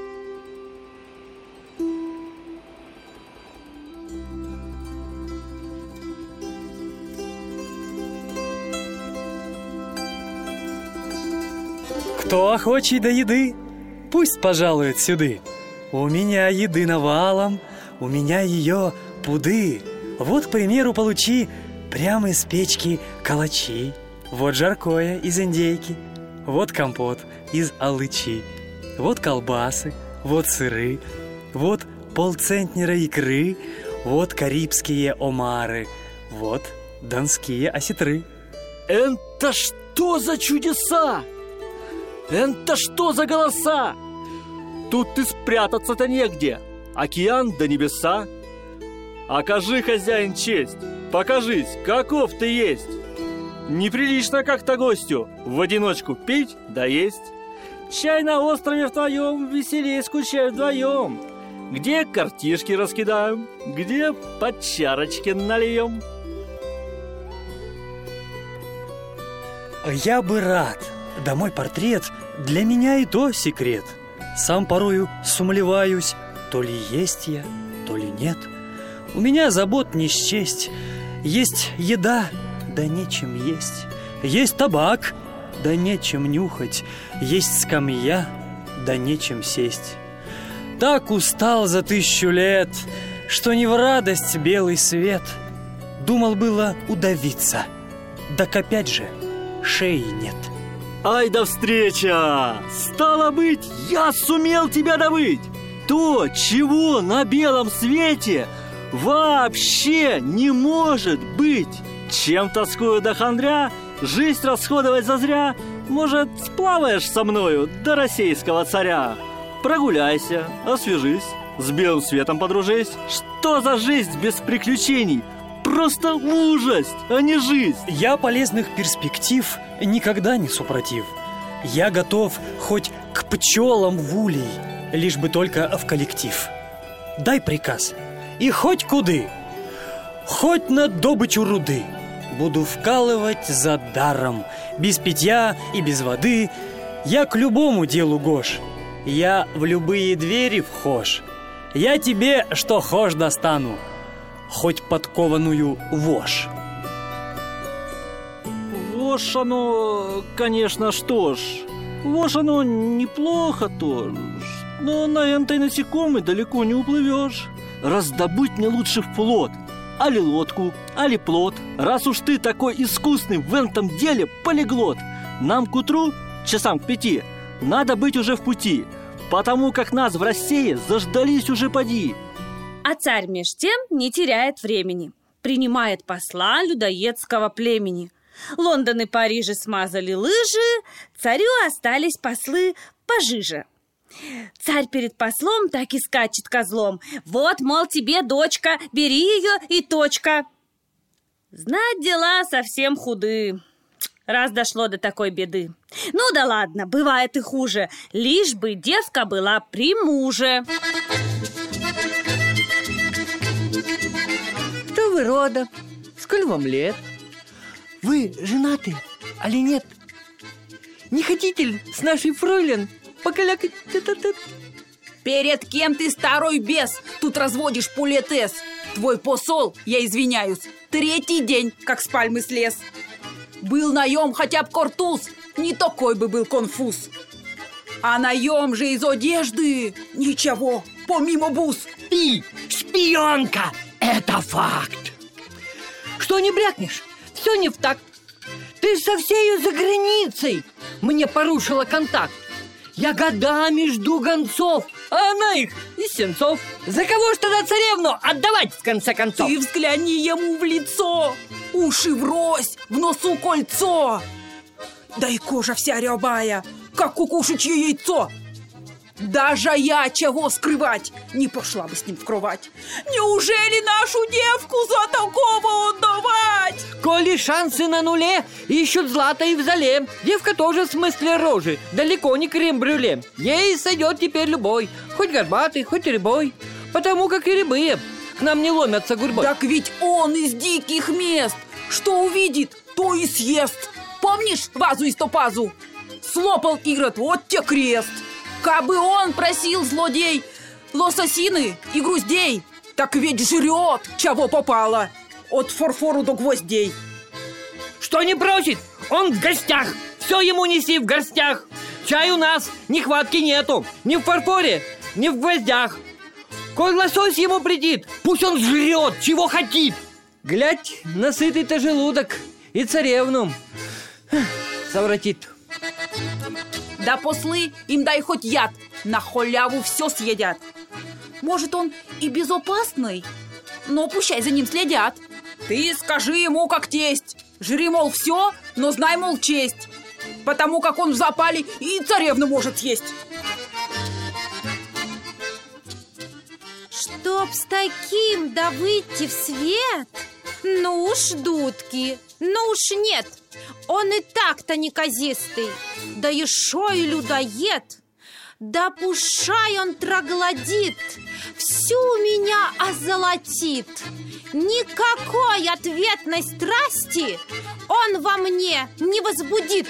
Кто охочий до еды, пусть пожалует сюды. У меня еды навалом, у меня ее пуды. Вот, к примеру, получи прямо из печки калачи. Вот жаркое из индейки, вот компот из алычи. Вот колбасы, вот сыры, вот полцентнера икры, вот карибские омары, вот донские осетры. Это что за чудеса? Это что за голоса? Тут и спрятаться-то негде. Океан до небеса. Окажи, хозяин, честь. Покажись, каков ты есть. Неприлично как-то гостю в одиночку пить да есть. Чай на острове в твоем веселее скучаю вдвоем. Где картишки раскидаем, где по чарочке нальем. Я бы рад, да мой портрет для меня и то секрет. Сам порою сумлеваюсь, то ли есть я, то ли нет. У меня забот не счесть. Есть еда, да нечем есть. Есть табак, да нечем нюхать. Есть скамья, да нечем сесть. Так устал за тысячу лет, что не в радость белый свет. Думал было удавиться, так опять же шеи нет. Ай да встреча! Стало быть, я сумел тебя добыть. То, чего на белом свете вообще не может быть. Чем тоскую до хандря, жизнь расходовать зазря. Может, сплаваешь со мною до российского царя? Прогуляйся, освежись, с белым светом подружись. Что за жизнь без приключений? Просто ужас, а не жизнь. Я полезных перспектив никогда не супротив. Я готов хоть к пчелам в улей, лишь бы только в коллектив. Дай приказ, и хоть куды, хоть на добычу руды. Буду вкалывать за даром, без питья и без воды. Я к любому делу гош, я в любые двери вхож. Я тебе что хошь достану, хоть подкованную вошь. Вошь оно, конечно, что ж. Вошь оно неплохо тоже, но на этой насекомой далеко не уплывешь. Раздобудь мне лучше вплот, али лодку, али плот. Раз уж ты такой искусный в этом деле полиглот, нам к утру, часам к пяти, надо быть уже в пути, потому как нас в России заждались уже поди. А царь меж тем не теряет времени. Принимает посла людоедского племени. Лондон и Париж смазали лыжи, царю остались послы пожиже. Царь перед послом так и скачет козлом. Вот, мол, тебе, дочка, бери ее и точка. Знать дела совсем худы, раз дошло до такой беды. Ну да ладно, бывает и хуже, лишь бы девка была при муже. Кто вы рода? Сколько вам лет? Вы женаты, али нет? Не хотите ли с нашей фройлен покалякать? Перед кем ты, старой бес, тут разводишь пулетес? Твой посол, я извиняюсь, третий день, как с пальмы слез. Был наем хотя б кортуз, не такой бы был конфуз. А наем же из одежды ничего, помимо бус. Ты шпионка, это факт. Что не брякнешь, все не в такт. Ты ж со всею за границей мне порушила контакт. Я годами жду гонцов, а она их из сенцов. За кого ж тогда царевну отдавать, в конце концов? Ты взгляни ему в лицо, уши врозь, в носу кольцо. Да и кожа вся рябая, как кукушечье яйцо. Даже я, чего скрывать, не пошла бы с ним в кровать. Неужели нашу девку за такого отдавать? Коли шансы на нуле, ищут злато и в зале. Девка тоже в смысле рожи, далеко не крем-брюле. Ей сойдет теперь любой, хоть горбатый, хоть рябой. Потому как и рябые к нам не ломятся гурьбой. Так ведь он из диких мест. Что увидит, то и съест. Помнишь вазу из топазу? Слопал Ирод, вот те крест. Кабы он просил, злодей, лососины и груздей, так ведь жрет, чего попало, от фарфору до гвоздей. Что не просит? Он в гостях, все ему неси в горстях. Чай у нас нехватки нету, ни в фарфоре, ни в гвоздях. Коль лосось ему придит, пусть он жрет, чего хотит. Глядь, насытый-то желудок и царевну совратит. Да послы им дай хоть яд, на халяву все съедят. Может, он и безопасный, но пущай за ним следят. Ты скажи ему, как тесть, жри, мол, все, но знай, мол, честь, потому как он в запале и царевну может съесть. Чтоб с таким да выйти в свет, ну уж, дудки, ну уж нет. Он и так-то неказистый, да еще и людоед. Да пушай он троглодит, всю меня озолотит. Никакой ответной страсти он во мне не возбудит.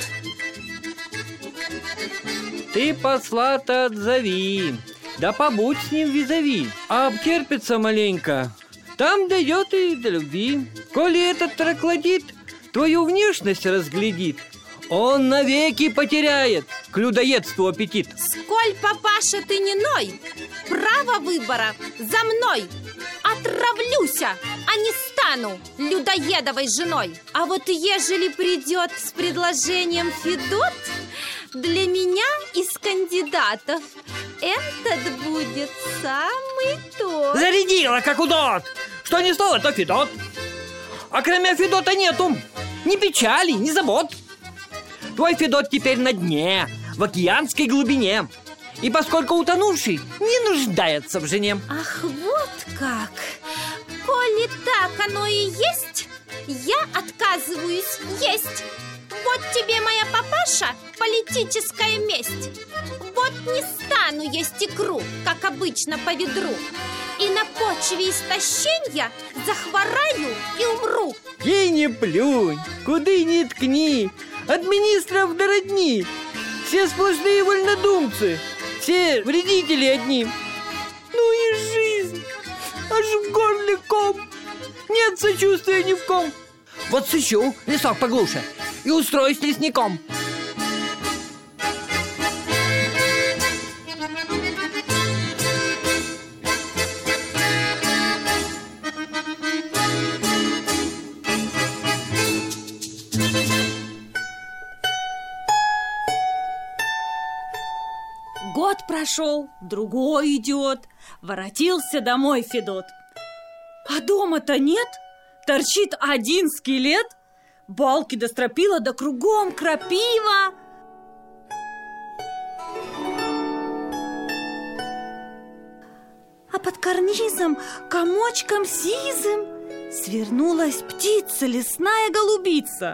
Ты посла-то отзови, да побудь с ним визави, а обтерпится маленько, там дойдет и до любви. Коли этот троглодит твою внешность разглядит, он навеки потеряет к людоедству аппетит. Сколь, папаша, ты не ной, право выбора за мной. Отравлюся, а не стану людоедовой женой. А вот ежели придет с предложением Федот, для меня из кандидатов этот будет самый тот. Зарядила, как удот! Что не стало, то Федот. А кроме Федота нету ни печали, ни забот. Твой Федот теперь на дне, в океанской глубине. И поскольку утонувший не нуждается в жене. Ах, вот как! Коли так оно и есть, я отказываюсь есть. Вот тебе, моя папаша, политическая месть. Вот не стану есть икру, как обычно по ведру, и на почве истощения захвораю и умру. Ей не плюнь, куды ни ткни, от министров до родни. Все сплошные вольнодумцы, все вредители одни. Ну и жизнь, аж в горле ком, нет сочувствия ни в ком. Вот сыщу лесок поглуше и устроюсь лесником. Год прошел, другой идет. Воротился домой Федот. А дома-то нет. Торчит один скелет. Балки до стропила, да кругом крапива. А под карнизом комочком сизым свернулась птица, лесная голубица.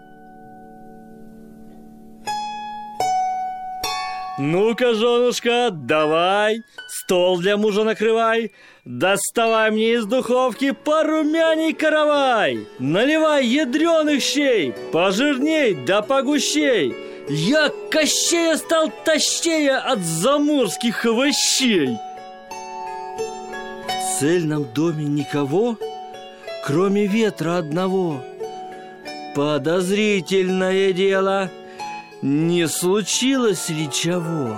Ну-ка, женушка, давай, стол для мужа накрывай, доставай мне из духовки порумяней каравай, наливай ядреных щей, пожирней да погущей. Я Кощея стал тощее от заморских овощей. В цельном доме никого, кроме ветра одного. Подозрительное дело. Не случилось ли чего?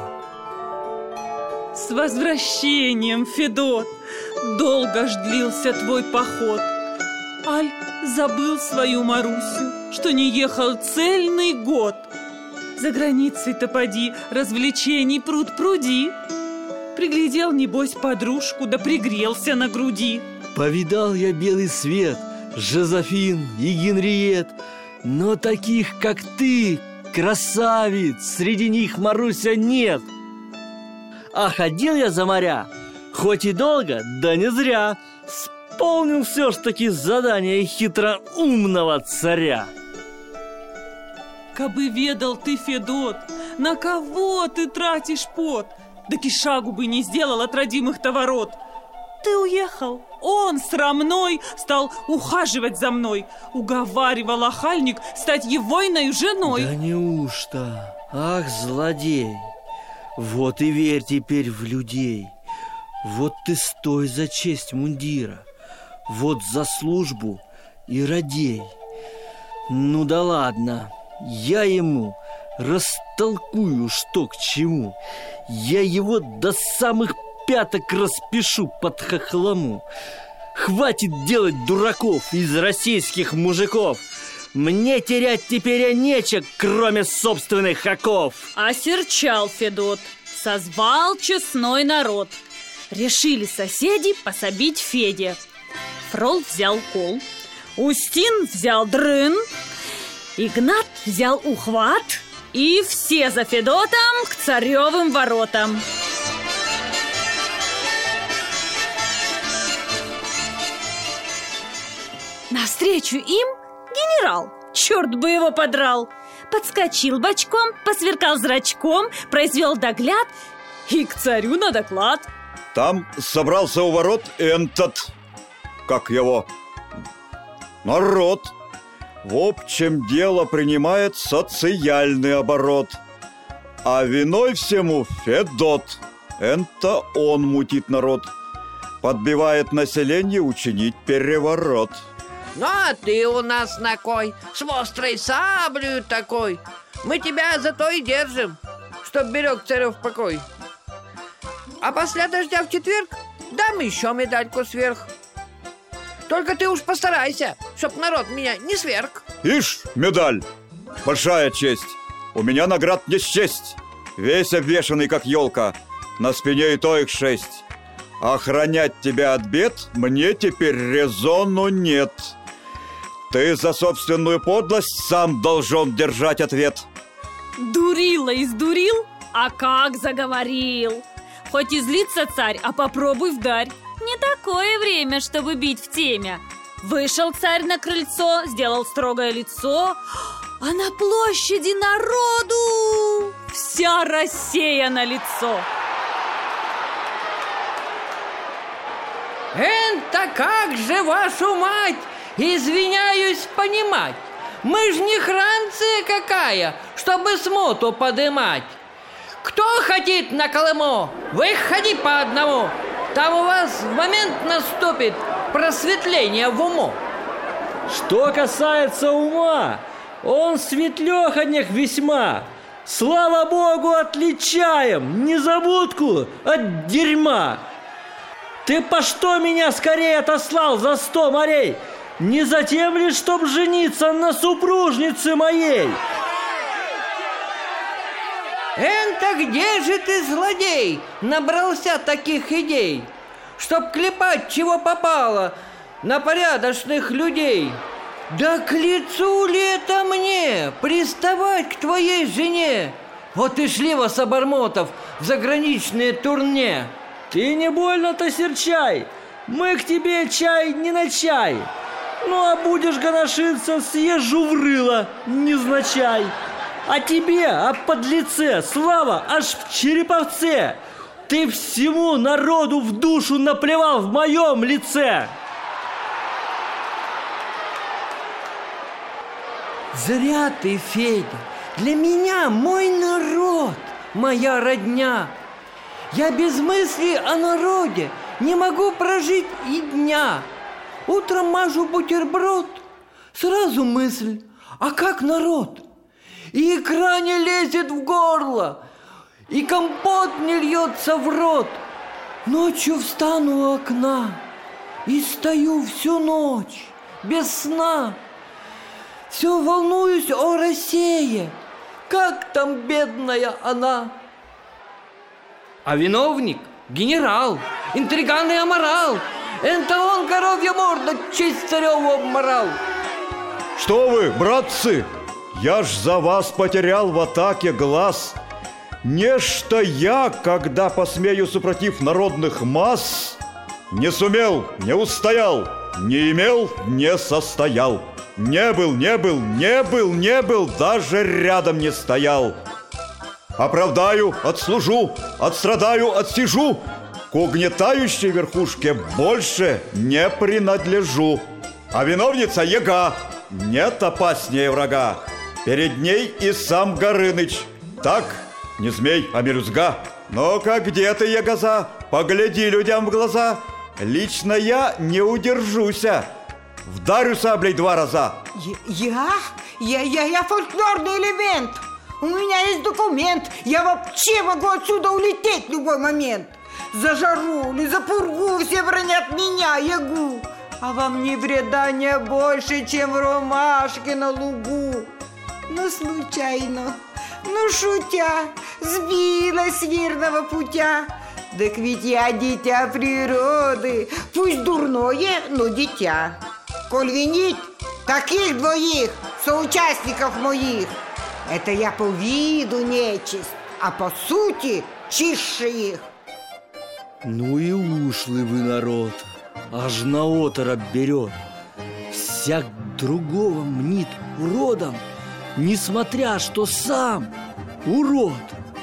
С возвращением, Федот! Долго ж длился твой поход. Аль забыл свою Марусю, что не ехал цельный год. За границей-то поди, развлечений пруд пруди. Приглядел, небось, подружку, да пригрелся на груди. Повидал я белый свет, Жозефин и Генриет, но таких, как ты, красавиц, среди них, Маруся, нет. А ходил я за моря, хоть и долго, да не зря. Исполнил все ж таки задание хитроумного царя. Кабы ведал ты, Федот, на кого ты тратишь пот, да и шагу бы не сделал от родимых-то ворот. Ты уехал, он срамной стал ухаживать за мной, уговаривал охальник стать егойною женой. Да неужто? Ах, злодей! Вот и верь теперь в людей. Вот ты стой за честь мундира, вот за службу и радей. Ну да ладно, я ему растолкую, что к чему. Я его до самых пяток распишу под хохлому. Хватит делать дураков из российских мужиков. Мне терять теперь нечего, кроме собственных оков. Осерчал Федот, созвал честной народ. Решили соседи пособить Феде. Фрол взял кол, Устин взял дрын, Игнат взял ухват, и все за Федотом к царевым воротам. Навстречу им генерал черт бы его подрал. Подскочил бочком, посверкал зрачком, произвел догляд и к царю на доклад. Там собрался у ворот этот, как его, народ. В общем, дело принимает социальный оборот. А виной всему Федот. Это он мутит народ. Подбивает население учинить переворот. Ну, а ты у нас на кой? С острой саблею такой. Мы тебя зато и держим, чтоб берег царев покой. А после дождя в четверг дам еще медальку сверх. Только ты уж постарайся, чтоб народ меня не сверг. Ишь, медаль, большая честь. У меня наград не счесть. Весь обвешанный, как елка. На спине и то их шесть. Охранять тебя от бед мне теперь резону нет. Ты за собственную подлость сам должен держать ответ. Дурила издурил, а как заговорил. Хоть и злится царь, а попробуй вдарь. Не такое время, чтобы бить в темя. Вышел царь на крыльцо, сделал строгое лицо, а на площади народу вся Россия на лицо. Это как же, вашу мать, извиняюсь понимать. Мы ж не Франция какая, чтобы смоту подымать. Кто хотит на Колыму, вы ходи по одному. Там у вас в момент наступит просветление в уму. Что касается ума, он светлёхонек весьма. Слава Богу, отличаем незабудку от дерьма. Ты по что меня скорее отослал за сто морей? Не затем ли, чтоб жениться на супружнице моей? Это где же ты, злодей, набрался таких идей, чтоб клепать чего попало на порядочных людей? Да к лицу ли это мне приставать к твоей жене? Вот и шли вас, обормотов, в заграничные турне. Ты не больно-то серчай, мы к тебе чай не на чай. Ну а будешь гоношиться, съезжу в рыло, невзначай. А тебе, а подлеце, слава аж в Череповце. Ты всему народу в душу наплевал в моем лице. Зря ты, Федя, для меня мой народ, моя родня. Я без мысли о народе не могу прожить и дня. Утром мажу бутерброд, сразу мысль, а как народ? И икра не лезет в горло, и компот не льется в рот. Ночью встану у окна и стою всю ночь без сна. Все волнуюсь о России, как там бедная она. А виновник – генерал, интриган и аморал. Это он, коровья морда, честь цареву обморал. Что вы, братцы, я ж за вас потерял в атаке глаз. Нечто я, когда посмею супротив народных масс, не сумел, не устоял, не имел, не состоял. Не был, не был, не был, не был, даже рядом не стоял. Оправдаю, отслужу, отстрадаю, отсижу. К угнетающей верхушке больше не принадлежу. А виновница яга, нет опаснее врага. Перед ней и сам Горыныч. Так, не змей, а мелюзга. Ну-ка, где ты, ягоза? Погляди людям в глаза. Лично я не удержуся. Вдарю саблей два раза. Я? Я, я, я фольклорный элемент. У меня есть документ. Я вообще могу отсюда улететь в любой момент. За жару или за пургу все бронят меня, ягу. А во мне вреда не больше, чем в ромашке на лугу. Ну, случайно, ну, шутя, сбилась с верного путя. Так ведь я дитя природы, пусть дурное, но дитя. Коль винить таких двоих соучастников моих, это я по виду нечисть, а по сути чище их. Ну и ушлый вы народ, аж на оторопь берет. Всяк другого мнит уродом, несмотря что сам урод.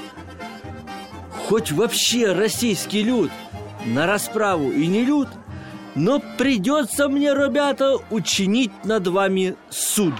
Хоть вообще российский люд на расправу и не люд, но придется мне, ребята, учинить над вами суд.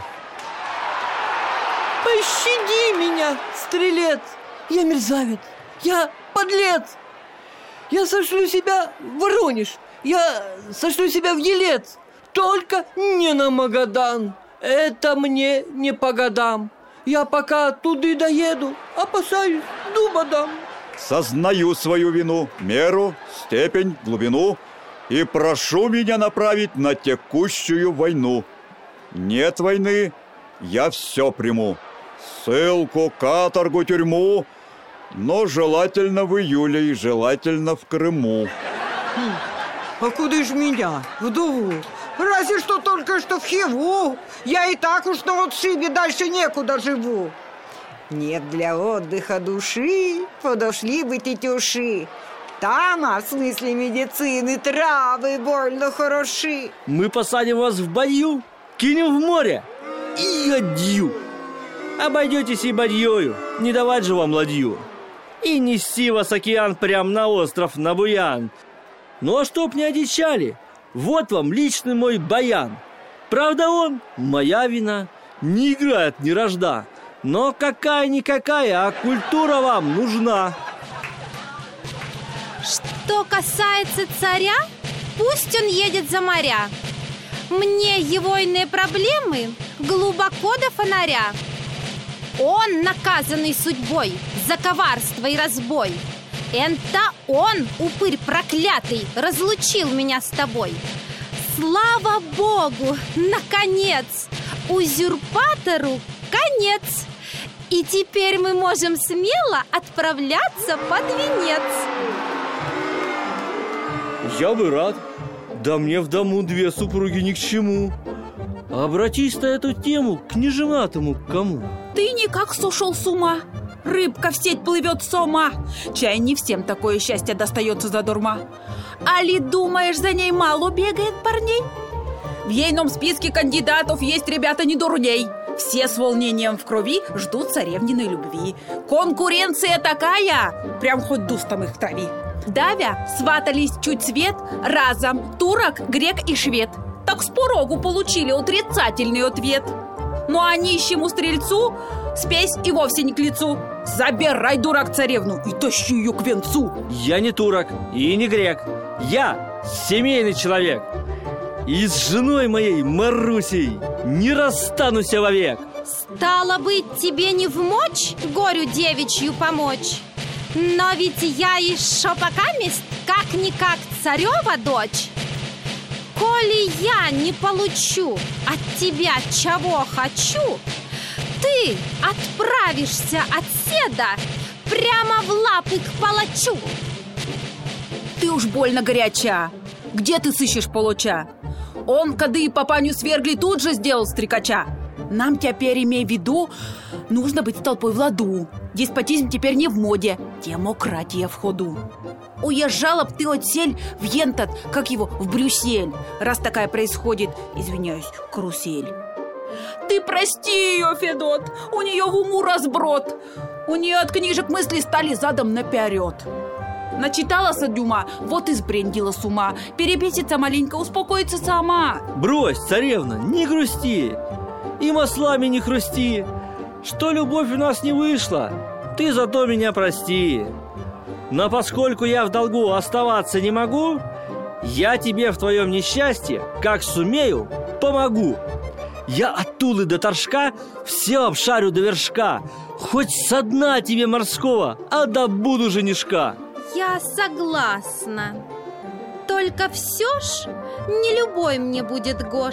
Пощади меня, стрелец! Я мерзавец, я подлец! Я сошлю себя в Воронеж, я сошлю себя в Елец, только не на Магадан. Это мне не по годам. Я пока туды доеду, опасаюсь, дуба дам. Сознаю свою вину, меру, степень, глубину, и прошу меня направить на текущую войну. Нет войны, я все приму. Ссылку, каторгу, тюрьму, но желательно в июле и желательно в Крыму. Хм, а куда ж меня, вдову? Разве что только что в Хиву. Я и так уж на отшибе дальше некуда живу. Нет, для отдыха души подошли бы тетюши. Там, а в смысле медицины, травы больно хороши. Мы посадим вас в бадью, кинем в море и адью. Обойдетесь и бадьёю, не давать же вам ладью. И нести вас океан прям на остров, на Буян. Ну а чтоб не одичали, вот вам личный мой баян. Правда он, моя вина, не играет ни рожда. Но какая-никакая, а культура вам нужна. Что касается царя, пусть он едет за моря. Мне его иные проблемы глубоко до фонаря. Он, наказанный судьбой за коварство и разбой, это он, упырь проклятый, разлучил меня с тобой. Слава Богу, наконец, узурпатору конец. И теперь мы можем смело отправляться под венец. Я бы рад. Да мне в дому две супруги ни к чему. Обратись на эту тему к неженатому кому. Ты никак сошел с ума. Рыбка в сеть плывет сома. Чай не всем такое счастье достается задурма. Али думаешь, за ней мало бегает парней? В ейном списке кандидатов есть ребята не дурней. Все с волнением в крови ждут царевниной любви. Конкуренция такая, прям хоть дустом их трави. Давя сватались чуть свет разом турок, грек и швед. Так с порогу получили отрицательный ответ. Ну а нищему стрельцу спесь и вовсе не к лицу. Забирай, дурак, царевну и тащи ее к венцу. Я не турок и не грек. Я семейный человек. И с женой моей Марусей не расстанусь я вовек. Стало быть, тебе не вмочь горю девичью помочь. Но ведь я еще покамест как-никак царева дочь. Коли я не получу от тебя чего хочу, ты отправишься от седа прямо в лапы к палачу. Ты уж больно горяча. Где ты сыщешь палача? Он, кады и папаню свергли, тут же сделал стрекача. Нам теперь, имей в виду, нужно быть с толпой в ладу. Деспотизм теперь не в моде, демократия в ходу. Уезжала б ты отсель в Ентат, как его, в Брюссель, раз такая происходит, извиняюсь, карусель. Ты прости ее, Федот, у нее в уму разброд. У нее от книжек мысли стали задом наперед. Начиталась от дюма, вот и сбрендила с ума. Перебесится маленько, успокоится сама. Брось, царевна, не грусти и маслами не хрусти. Что любовь у нас не вышла, ты зато меня прости. Но поскольку я в долгу оставаться не могу, я тебе в твоем несчастье, как сумею, помогу. Я от Тулы до Торжка все обшарю до вершка, хоть со дна тебе морского, а добуду женишка. Я согласна. Только все ж не любой мне будет гош.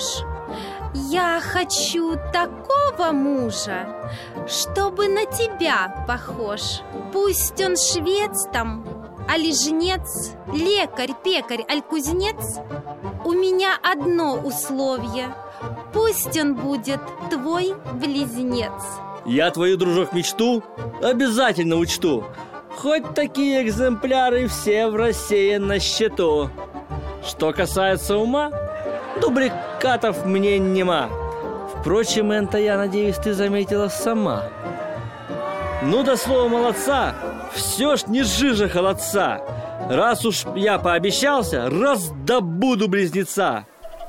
Я хочу такого мужа, чтобы на тебя похож. Пусть он швец там, али жнец, лекарь, пекарь, аль кузнец. У меня одно условие. Пусть он будет твой близнец. Я твою, дружок, мечту обязательно учту. Хоть такие экземпляры все в России на счету. Что касается ума, дубликатов мне нема. Впрочем, это, я надеюсь, ты заметила сама. Ну да слово молодца, все ж не жижа холодца. Раз уж я пообещался, раздобуду близнеца.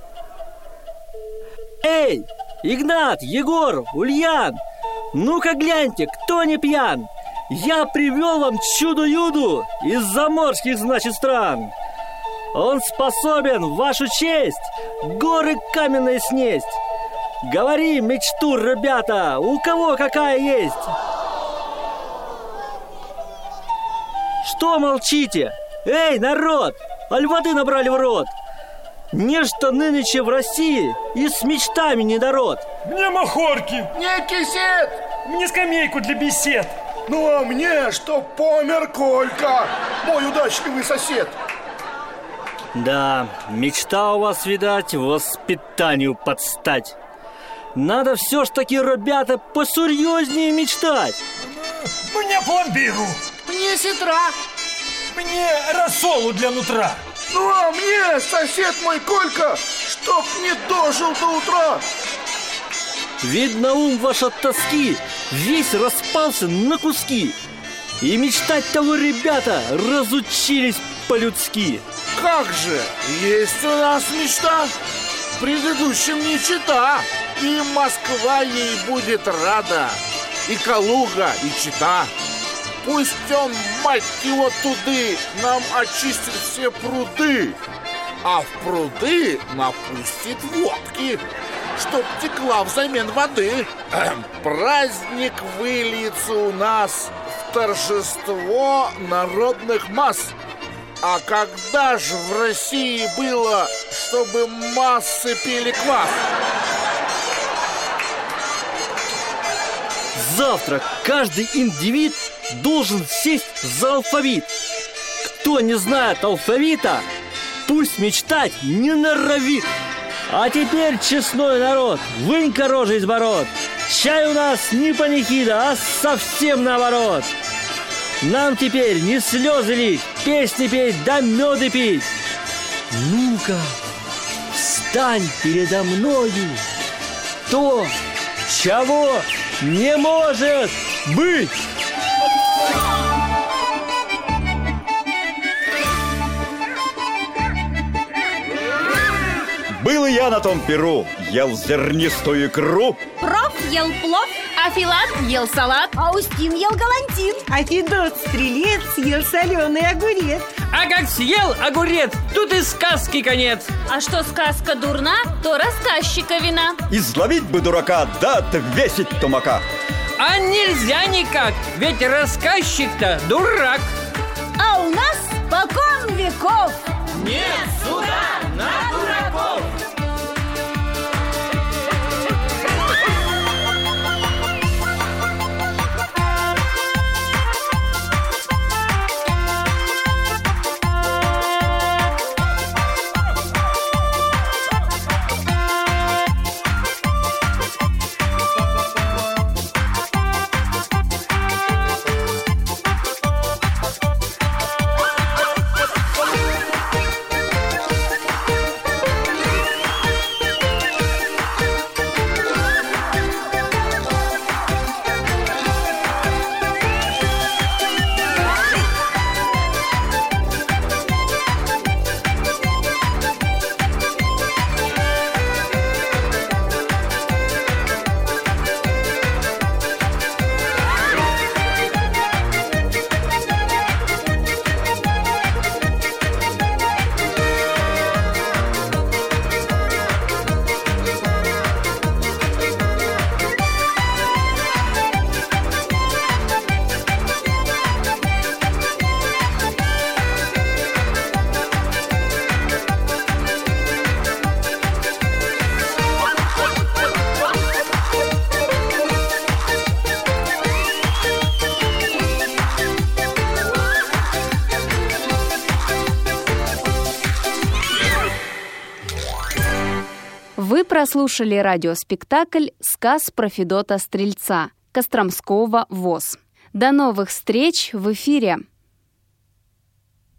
Эй, Игнат, Егор, Ульян, ну-ка гляньте, кто не пьян? Я привел вам чудо-юду из заморских, значит, стран. Он способен в вашу честь горы каменные снесть. Говори мечту, ребята, у кого какая есть? Что молчите? Эй, народ, аль воды набрали в рот? Нечто нынче в России и с мечтами недород. Мне махорки. Мне кисет. Мне скамейку для бесед. Ну а мне, что помер Колька, мой удачливый сосед. Да, мечта у вас, видать, воспитанию подстать. Надо все ж таки, ребята, посерьезнее мечтать. Мне пломбиру. Мне сетра. Мне рассолу для нутра. Ну а мне, сосед мой Колька, чтоб не дожил до утра. Видно, ум ваш от тоски весь распался на куски. И мечтать-то вы, ребята, разучились по-людски. Как же, есть у нас мечта, предыдущим не чета. И Москва ей будет рада, и Калуга, и Чита. Пусть он, мать его, туды нам очистит все пруды, а в пруды напустит водки, чтоб текла взамен воды. Праздник выльется у нас в торжество народных масс. А когда же в России было, чтобы массы пили квас? Завтра каждый индивид должен сесть за алфавит. Кто не знает алфавита, пусть мечтать не норовит. А теперь, честной народ, вынь-ка рожи из бород. Чай у нас не панихида, а совсем наоборот. Нам теперь не слезы лить, песни петь, да меды пить. Ну-ка, встань передо мною, то, чего не может быть. Был и я на том перу, ел зернистую икру. Проф ел плов, а Филат ел салат, а Устин ел галантин, а Федот Стрелец ел соленый огурец. А как съел огурец, тут и сказки конец. А что сказка дурна, то рассказчика вина. Изловить бы дурака, да отвесить тумака. А нельзя никак, ведь рассказчик-то дурак. А у нас покон веков нет суда на дураков. Вы прослушали радиоспектакль «Сказ про Федота Стрельца» Костромского ВОС. До новых встреч в эфире!